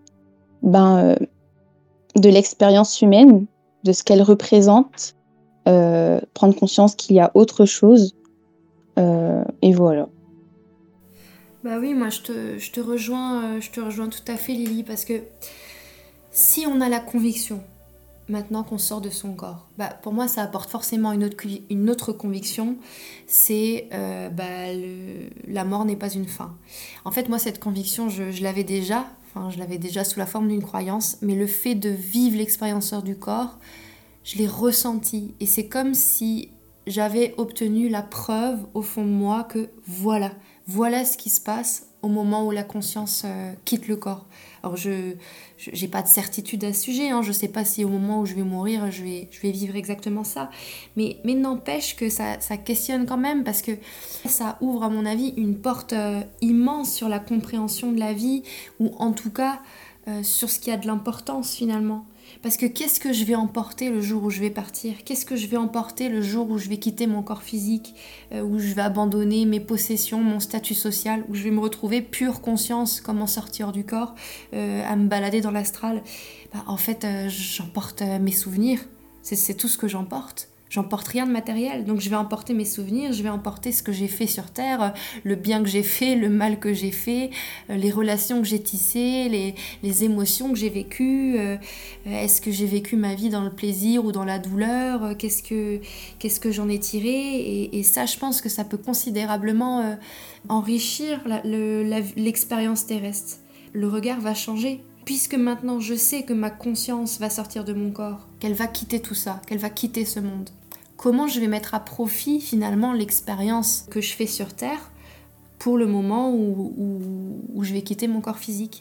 de l'expérience humaine, de ce qu'elle représente, prendre conscience qu'il y a autre chose, et voilà. Bah oui, moi je te rejoins tout à fait, Lily, parce que si on a la conviction, maintenant qu'on sort de son corps, pour moi ça apporte forcément une autre conviction, c'est la mort n'est pas une fin. En fait, moi cette conviction, je l'avais déjà, je l'avais déjà sous la forme d'une croyance, mais le fait de vivre l'expérience hors du corps, je l'ai ressenti, et c'est comme si j'avais obtenu la preuve au fond de moi que voilà ce qui se passe au moment où la conscience quitte le corps. Alors je n'ai pas de certitude à ce sujet, je ne sais pas si au moment où je vais mourir, je vais vivre exactement ça. Mais n'empêche que ça questionne quand même, parce que ça ouvre à mon avis une porte immense sur la compréhension de la vie, ou en tout cas sur ce qui a de l'importance finalement. Parce que qu'est-ce que je vais emporter le jour où je vais partir? Qu'est-ce que je vais emporter le jour où je vais quitter mon corps physique, où je vais abandonner mes possessions, mon statut social, où je vais me retrouver pure conscience, comme en sortir du corps, à me balader dans l'astral? En fait, j'emporte mes souvenirs. C'est tout ce que j'emporte. J'emporte rien de matériel, donc je vais emporter mes souvenirs, je vais emporter ce que j'ai fait sur Terre, le bien que j'ai fait, le mal que j'ai fait, les relations que j'ai tissées, les émotions que j'ai vécues. Est-ce que j'ai vécu ma vie dans le plaisir ou dans la douleur? Qu'est-ce que j'en ai tiré? Et ça, je pense que ça peut considérablement enrichir l'expérience terrestre. Le regard va changer. Puisque maintenant je sais que ma conscience va sortir de mon corps, qu'elle va quitter tout ça, qu'elle va quitter ce monde, comment je vais mettre à profit finalement l'expérience que je fais sur Terre pour le moment où je vais quitter mon corps physique?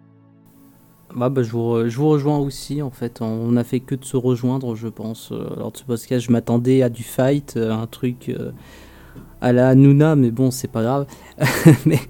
Je vous rejoins aussi, en fait. On n'a fait que de se rejoindre, je pense. Lors de ce podcast, je m'attendais à du fight, un truc à la Hanouna, mais bon, c'est pas grave. Mais,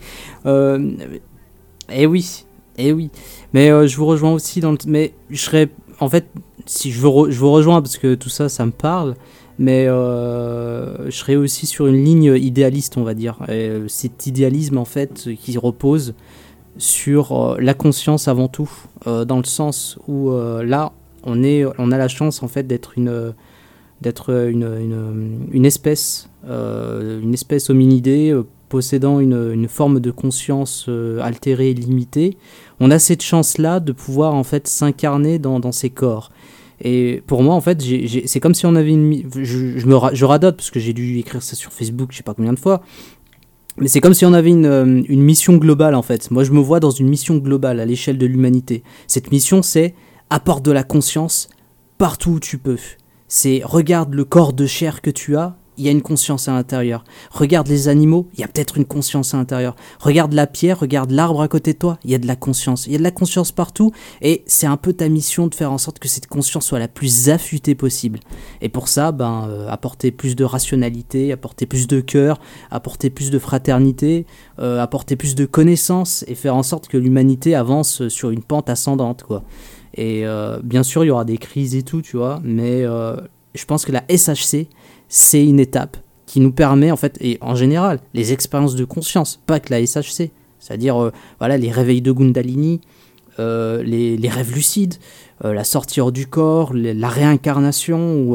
eh oui. Mais je vous rejoins aussi mais je serais, en fait, si je vous rejoins parce que tout ça me parle, mais je serais aussi sur une ligne idéaliste, on va dire. Et, cet idéalisme, en fait, qui repose sur la conscience avant tout, dans le sens où là, on a la chance, en fait, d'être une espèce hominidée, possédant une forme de conscience altérée et limitée. On a cette chance-là de pouvoir en fait s'incarner dans ces corps. Et pour moi, en fait, c'est comme si on avait je radote parce que j'ai dû écrire ça sur Facebook, je sais pas combien de fois. Mais c'est comme si on avait une mission globale, en fait. Moi, je me vois dans une mission globale à l'échelle de l'humanité. Cette mission, c'est apporte de la conscience partout où tu peux. C'est regarde le corps de chair que tu as, il y a une conscience à l'intérieur. Regarde les animaux, il y a peut-être une conscience à l'intérieur. Regarde la pierre, regarde l'arbre à côté de toi, il y a de la conscience. Il y a de la conscience partout, et c'est un peu ta mission de faire en sorte que cette conscience soit la plus affûtée possible. Et pour ça, apporter plus de rationalité, apporter plus de cœur, apporter plus de fraternité, apporter plus de connaissances, et faire en sorte que l'humanité avance sur une pente ascendante, quoi. Et bien sûr, il y aura des crises et tout, tu vois, mais je pense que la SHC, c'est une étape qui nous permet, en fait, et en général, les expériences de conscience, pas que la SHC, c'est-à-dire les réveils de Kundalini, les rêves lucides, la sortie hors du corps, la réincarnation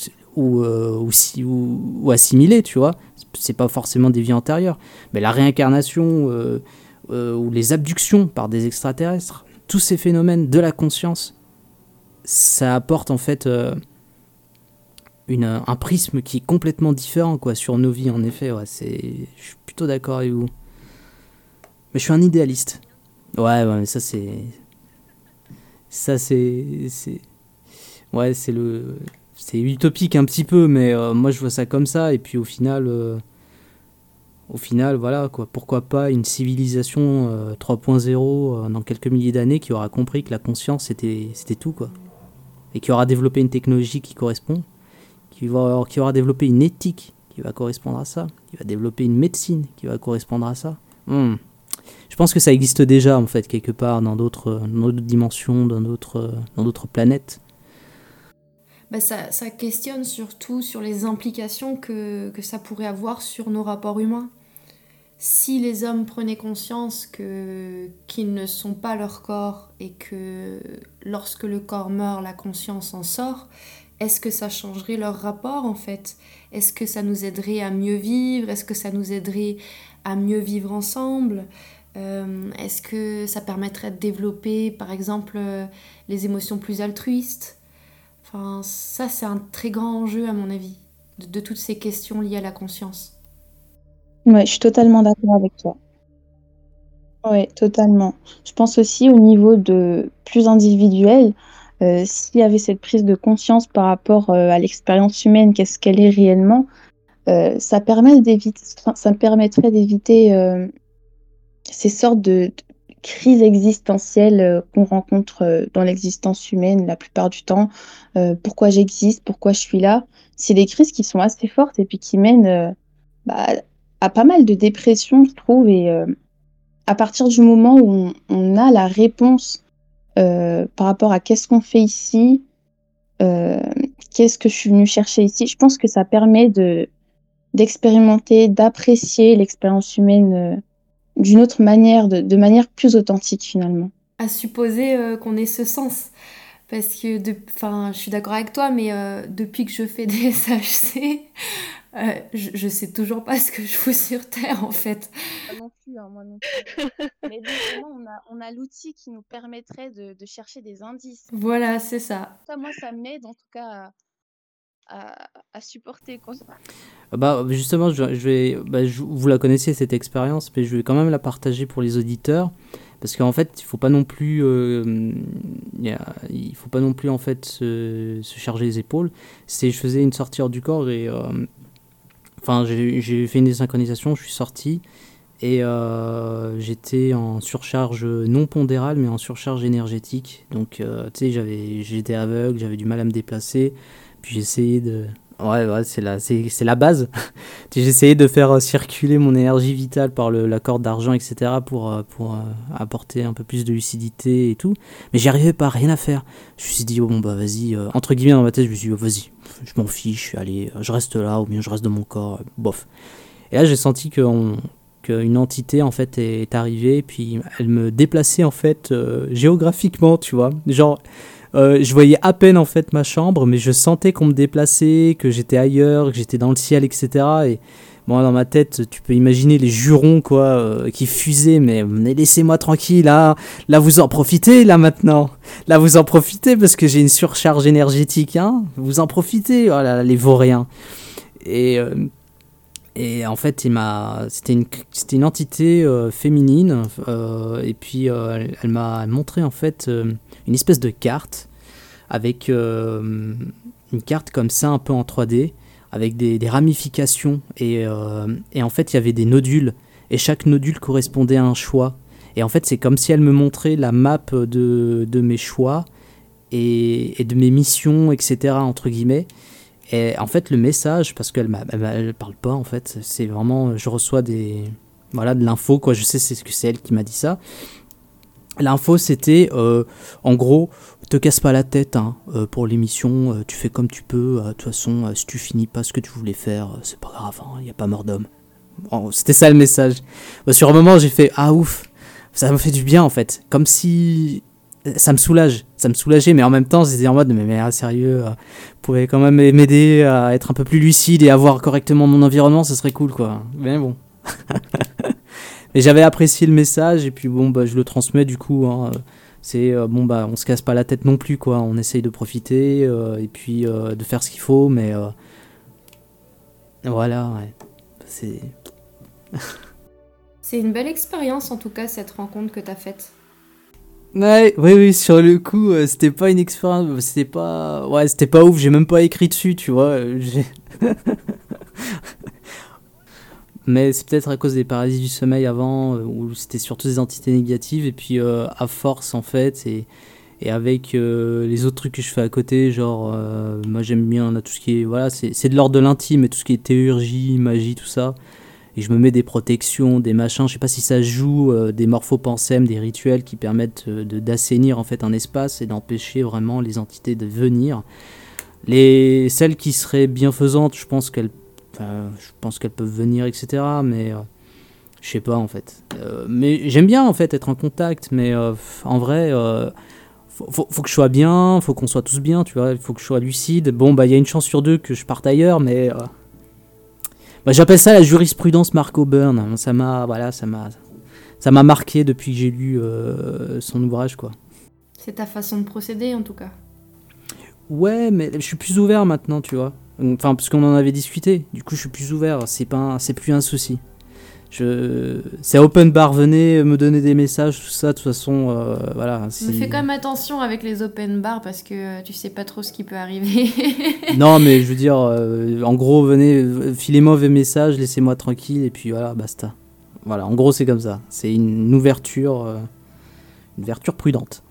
ou assimilée, tu vois, c'est pas forcément des vies antérieures, mais la réincarnation ou les abductions par des extraterrestres, tous ces phénomènes de la conscience, ça apporte en fait un prisme qui est complètement différent, quoi, sur nos vies, en effet. Ouais, je suis plutôt d'accord avec vous. Mais je suis un idéaliste. Ouais, mais ça c'est... Ouais, c'est utopique un petit peu, mais moi je vois ça comme ça, et puis au final... au final, voilà, quoi. Pourquoi pas une civilisation 3.0 dans quelques milliers d'années qui aura compris que la conscience, c'était tout, quoi. Et qui aura développé une technologie qui correspond, qui aura développé une éthique qui va correspondre à ça, qui va développer une médecine qui va correspondre à ça. Je pense que ça existe déjà, en fait, quelque part, dans d'autres dimensions, dans d'autres planètes. Ça questionne surtout sur les implications que ça pourrait avoir sur nos rapports humains. Si les hommes prenaient conscience qu'ils ne sont pas leur corps et que lorsque le corps meurt, la conscience en sort, est-ce que ça changerait leur rapport en fait ? Est-ce que ça nous aiderait à mieux vivre ? Est-ce que ça nous aiderait à mieux vivre ensemble ? Est-ce que ça permettrait de développer par exemple les émotions plus altruistes ? Enfin, ça c'est un très grand enjeu à mon avis, de toutes ces questions liées à la conscience. Ouais, je suis totalement d'accord avec toi. Ouais, totalement. Je pense aussi au niveau de plus individuel, s'il y avait cette prise de conscience par rapport à l'expérience humaine, qu'est-ce qu'elle est réellement, ça permettrait d'éviter ces sortes de crises existentielles qu'on rencontre dans l'existence humaine la plupart du temps. Pourquoi j'existe? Pourquoi je suis là? C'est des crises qui sont assez fortes et puis qui mènent bah, à pas mal de dépression, je trouve. Et à partir du moment où on a la réponse par rapport à qu'est-ce qu'on fait ici, euh, qu'est-ce que je suis venue chercher ici, je pense que ça permet d'expérimenter, d'apprécier l'expérience humaine d'une autre manière, de manière plus authentique finalement. À supposer qu'on ait ce sens. Parce que, je suis d'accord avec toi, mais depuis que je fais des SHC, je sais toujours pas ce que je fous sur Terre, en fait. Moi non plus. Mais justement, on a l'outil qui nous permettrait de chercher des indices. Voilà, c'est ça. Ça, moi, ça m'aide en tout cas à supporter, quoi. Justement, vous la connaissez cette expérience, mais je vais quand même la partager pour les auditeurs, parce qu'en fait, il faut pas non plus en fait se charger les épaules. Je faisais une sortie hors du corps et j'ai fait une désynchronisation, je suis sorti et j'étais en surcharge non pondérale mais en surcharge énergétique. Donc tu sais, j'étais aveugle, j'avais du mal à me déplacer, puis j'essayais de c'est la base. J'essayais de faire circuler mon énergie vitale par la corde d'argent, etc. pour apporter un peu plus de lucidité et tout. Mais j'y arrivais pas, rien à faire. Je me suis dit, vas-y, entre guillemets dans ma tête, je me suis dit, vas-y, je m'en fiche, allez, je reste là, ou bien je reste dans mon corps, bof. Et là, j'ai senti qu'une entité, en fait, est arrivée, puis elle me déplaçait, en fait, géographiquement, tu vois. Genre... je voyais à peine en fait ma chambre, mais je sentais qu'on me déplaçait, que j'étais ailleurs, que j'étais dans le ciel, etc. Et bon, dans ma tête, tu peux imaginer les jurons quoi, qui fusaient, mais laissez-moi tranquille, là vous en profitez, là maintenant. Là vous en profitez parce que j'ai une surcharge énergétique, hein. Vous en profitez, oh là, les vauriens. Et en fait, c'était une entité féminine, et puis elle m'a montré en fait une espèce de carte avec une carte comme ça un peu en 3D avec des ramifications et en fait il y avait des nodules et chaque nodule correspondait à un choix et en fait c'est comme si elle me montrait la map de mes choix et de mes missions, etc. entre guillemets. Et en fait le message, parce qu'elle parle pas en fait, c'est vraiment, je reçois de l'info quoi, je sais que c'est elle qui m'a dit ça. L'info c'était en gros, te casse pas la tête hein, pour l'émission, tu fais comme tu peux, de toute façon si tu finis pas ce que tu voulais faire, c'est pas grave, il n'y a pas mort d'homme. Bon, c'était ça le message. Sur un moment j'ai fait ah ouf, ça me fait du bien en fait, comme si ça me soulageait, mais en même temps j'étais en mode mais sérieux, vous pouvez quand même m'aider à être un peu plus lucide et à voir correctement mon environnement, ce serait cool quoi. Mais bon. Mais j'avais apprécié le message et puis je le transmets du coup hein. C'est on se casse pas la tête non plus quoi, on essaye de profiter et puis de faire ce qu'il faut, mais voilà ouais. C'est une belle expérience en tout cas cette rencontre que t'as faite. Ouais, oui, sur le coup, c'était pas une expérience, c'était pas ouf, j'ai même pas écrit dessus, tu vois. mais c'est peut-être à cause des paralysies du sommeil avant, où c'était surtout des entités négatives, et puis à force en fait, et avec les autres trucs que je fais à côté, genre moi j'aime bien là, tout ce qui est, voilà, c'est de l'ordre de l'intime, et tout ce qui est théurgie, magie, tout ça, et je me mets des protections, des machins, je sais pas si ça se joue, des morphopansèmes, des rituels qui permettent d'assainir en fait un espace et d'empêcher vraiment les entités de venir. Celles qui seraient bienfaisantes, je pense qu'elles peuvent venir, etc. Mais je sais pas en fait. Mais j'aime bien en fait être en contact, mais en vrai, faut que je sois bien, faut qu'on soit tous bien, tu vois. Il faut que je sois lucide. Bon, bah il y a une chance sur deux que je parte ailleurs, mais bah, j'appelle ça la jurisprudence Mark O'Byrne. Ça m'a marqué depuis que j'ai lu son ouvrage, quoi. C'est ta façon de procéder en tout cas. Ouais, mais je suis plus ouvert maintenant, tu vois. Enfin, parce qu'on en avait discuté. Du coup, je suis plus ouvert. C'est plus un souci. C'est open bar, venez me donner des messages, tout ça. De toute façon, voilà. Mais fais quand même attention avec les open bars parce que tu sais pas trop ce qui peut arriver. Non, mais je veux dire, en gros, venez, filez-moi vos messages, laissez-moi tranquille, et puis voilà, basta. Voilà, en gros, c'est comme ça. C'est une ouverture prudente.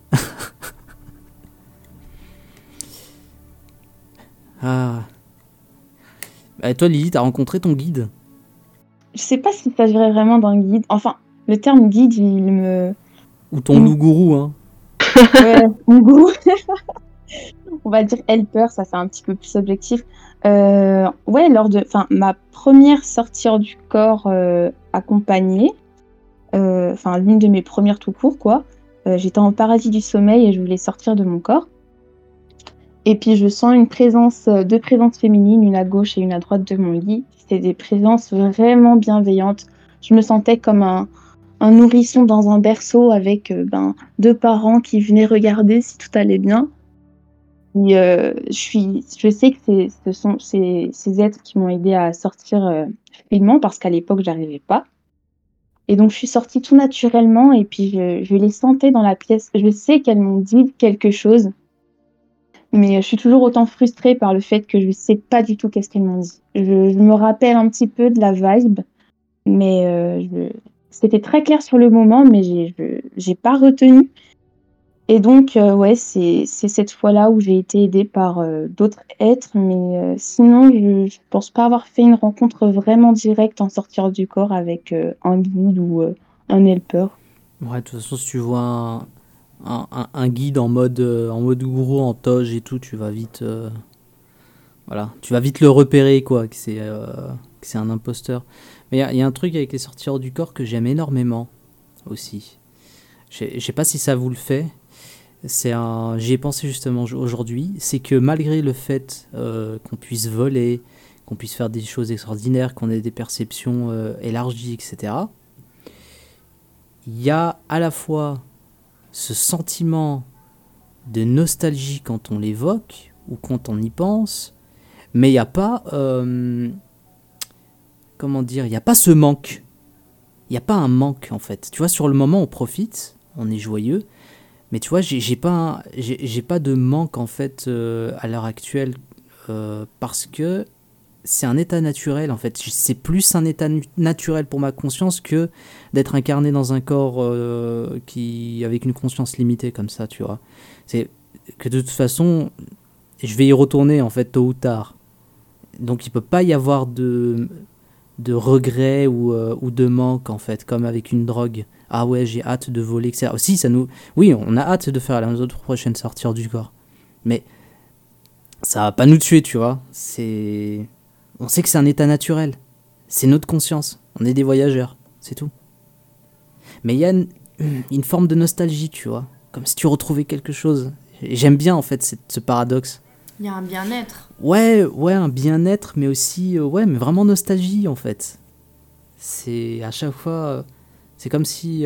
Ah. Et toi, Lily, t'as rencontré ton guide? Je sais pas s'il s'agirait vraiment d'un guide. Enfin, le terme guide, Ou ton loup-gourou, hein? Ouais, mon goût. On va dire helper, ça fait un petit peu plus objectif. Ouais, lors de ma première sortie hors du corps accompagnée, l'une de mes premières tout court, quoi. J'étais en paralysie du sommeil et je voulais sortir de mon corps. Et puis je sens deux présences féminines, une à gauche et une à droite de mon lit. C'était des présences vraiment bienveillantes. Je me sentais comme un nourrisson dans un berceau avec deux parents qui venaient regarder si tout allait bien. Et, je sais que ce sont ces êtres qui m'ont aidée à sortir rapidement parce qu'à l'époque, j'arrivais pas. Et donc, je suis sortie tout naturellement et puis je les sentais dans la pièce. Je sais qu'elles m'ont dit quelque chose, mais je suis toujours autant frustrée par le fait que je sais pas du tout qu'est-ce qu'elles m'ont dit. Je me rappelle un petit peu de la vibe, mais c'était très clair sur le moment, mais j'ai pas retenu. Et donc, ouais, c'est cette fois-là où j'ai été aidée par d'autres êtres, mais sinon, je pense pas avoir fait une rencontre vraiment directe en sortir du corps avec un guide ou un helper. Ouais, de toute façon, si tu vois un guide en mode gourou, en toge et tout, tu vas vite, voilà, tu vas vite le repérer, quoi, que c'est un imposteur. Mais il y a un truc avec les sorties hors du corps que j'aime énormément aussi. Je sais pas si ça vous le fait. J'y ai pensé justement aujourd'hui. C'est que malgré le fait qu'on puisse voler, qu'on puisse faire des choses extraordinaires, qu'on ait des perceptions élargies, etc., il y a à la fois ce sentiment de nostalgie quand on l'évoque ou quand on y pense, mais il n'y a pas, comment dire, il n'y a pas ce manque. Il n'y a pas un manque en fait. Tu vois, sur le moment, on profite, on est joyeux, mais tu vois, j'ai pas de manque en fait à l'heure actuelle parce que c'est un état naturel en fait. C'est plus un état naturel pour ma conscience que d'être incarné dans un corps avec une conscience limitée comme ça, tu vois. C'est que de toute façon, je vais y retourner en fait tôt ou tard. Donc il peut pas y avoir de regret ou de manque en fait, comme avec une drogue. Ah ouais, j'ai hâte de voler, etc. Aussi, oui, on a hâte de faire notre prochaine sortie hors du corps. Mais ça va pas nous tuer, tu vois. On sait que c'est un état naturel. C'est notre conscience. On est des voyageurs, c'est tout. Mais il y a une forme de nostalgie, tu vois. Comme si tu retrouvais quelque chose. Et j'aime bien en fait ce paradoxe. Il y a un bien-être. Ouais, un bien-être, mais aussi, mais vraiment nostalgie en fait. C'est à chaque fois, c'est comme si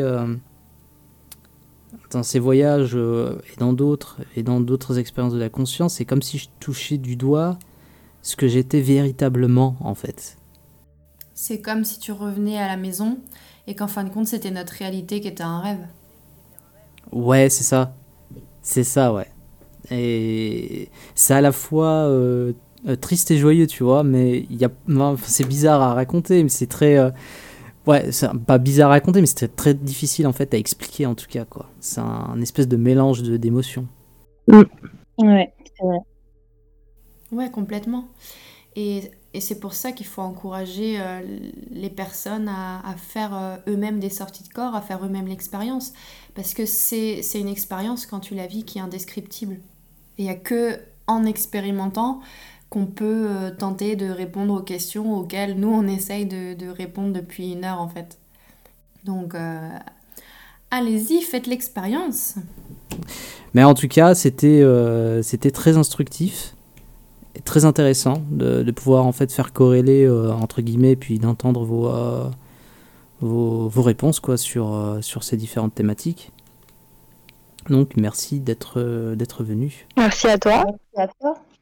dans ces voyages et dans d'autres expériences de la conscience, c'est comme si je touchais du doigt ce que j'étais véritablement en fait. C'est comme si tu revenais à la maison et qu'en fin de compte c'était notre réalité qui était un rêve. Ouais, c'est ça, ouais. Et c'est à la fois triste et joyeux, tu vois, mais c'est bizarre à raconter, mais c'est très... ouais, c'est pas bizarre à raconter, mais c'est très difficile en fait à expliquer en tout cas, quoi. C'est un espèce de mélange d'émotions. Ouais, c'est vrai. Ouais, complètement. Et c'est pour ça qu'il faut encourager les personnes à faire eux-mêmes des sorties de corps, à faire eux-mêmes l'expérience. Parce que c'est une expérience, quand tu la vis, qui est indescriptible. Et il n'y a que en expérimentant qu'on peut tenter de répondre aux questions auxquelles nous, on essaye de répondre depuis 1 heure, en fait. Donc, allez-y, faites l'expérience. Mais en tout cas, c'était très instructif. Très intéressant de pouvoir en fait faire corréler entre guillemets puis d'entendre vos réponses quoi sur ces différentes thématiques. Donc merci d'être venu. Merci à toi. Merci à toi.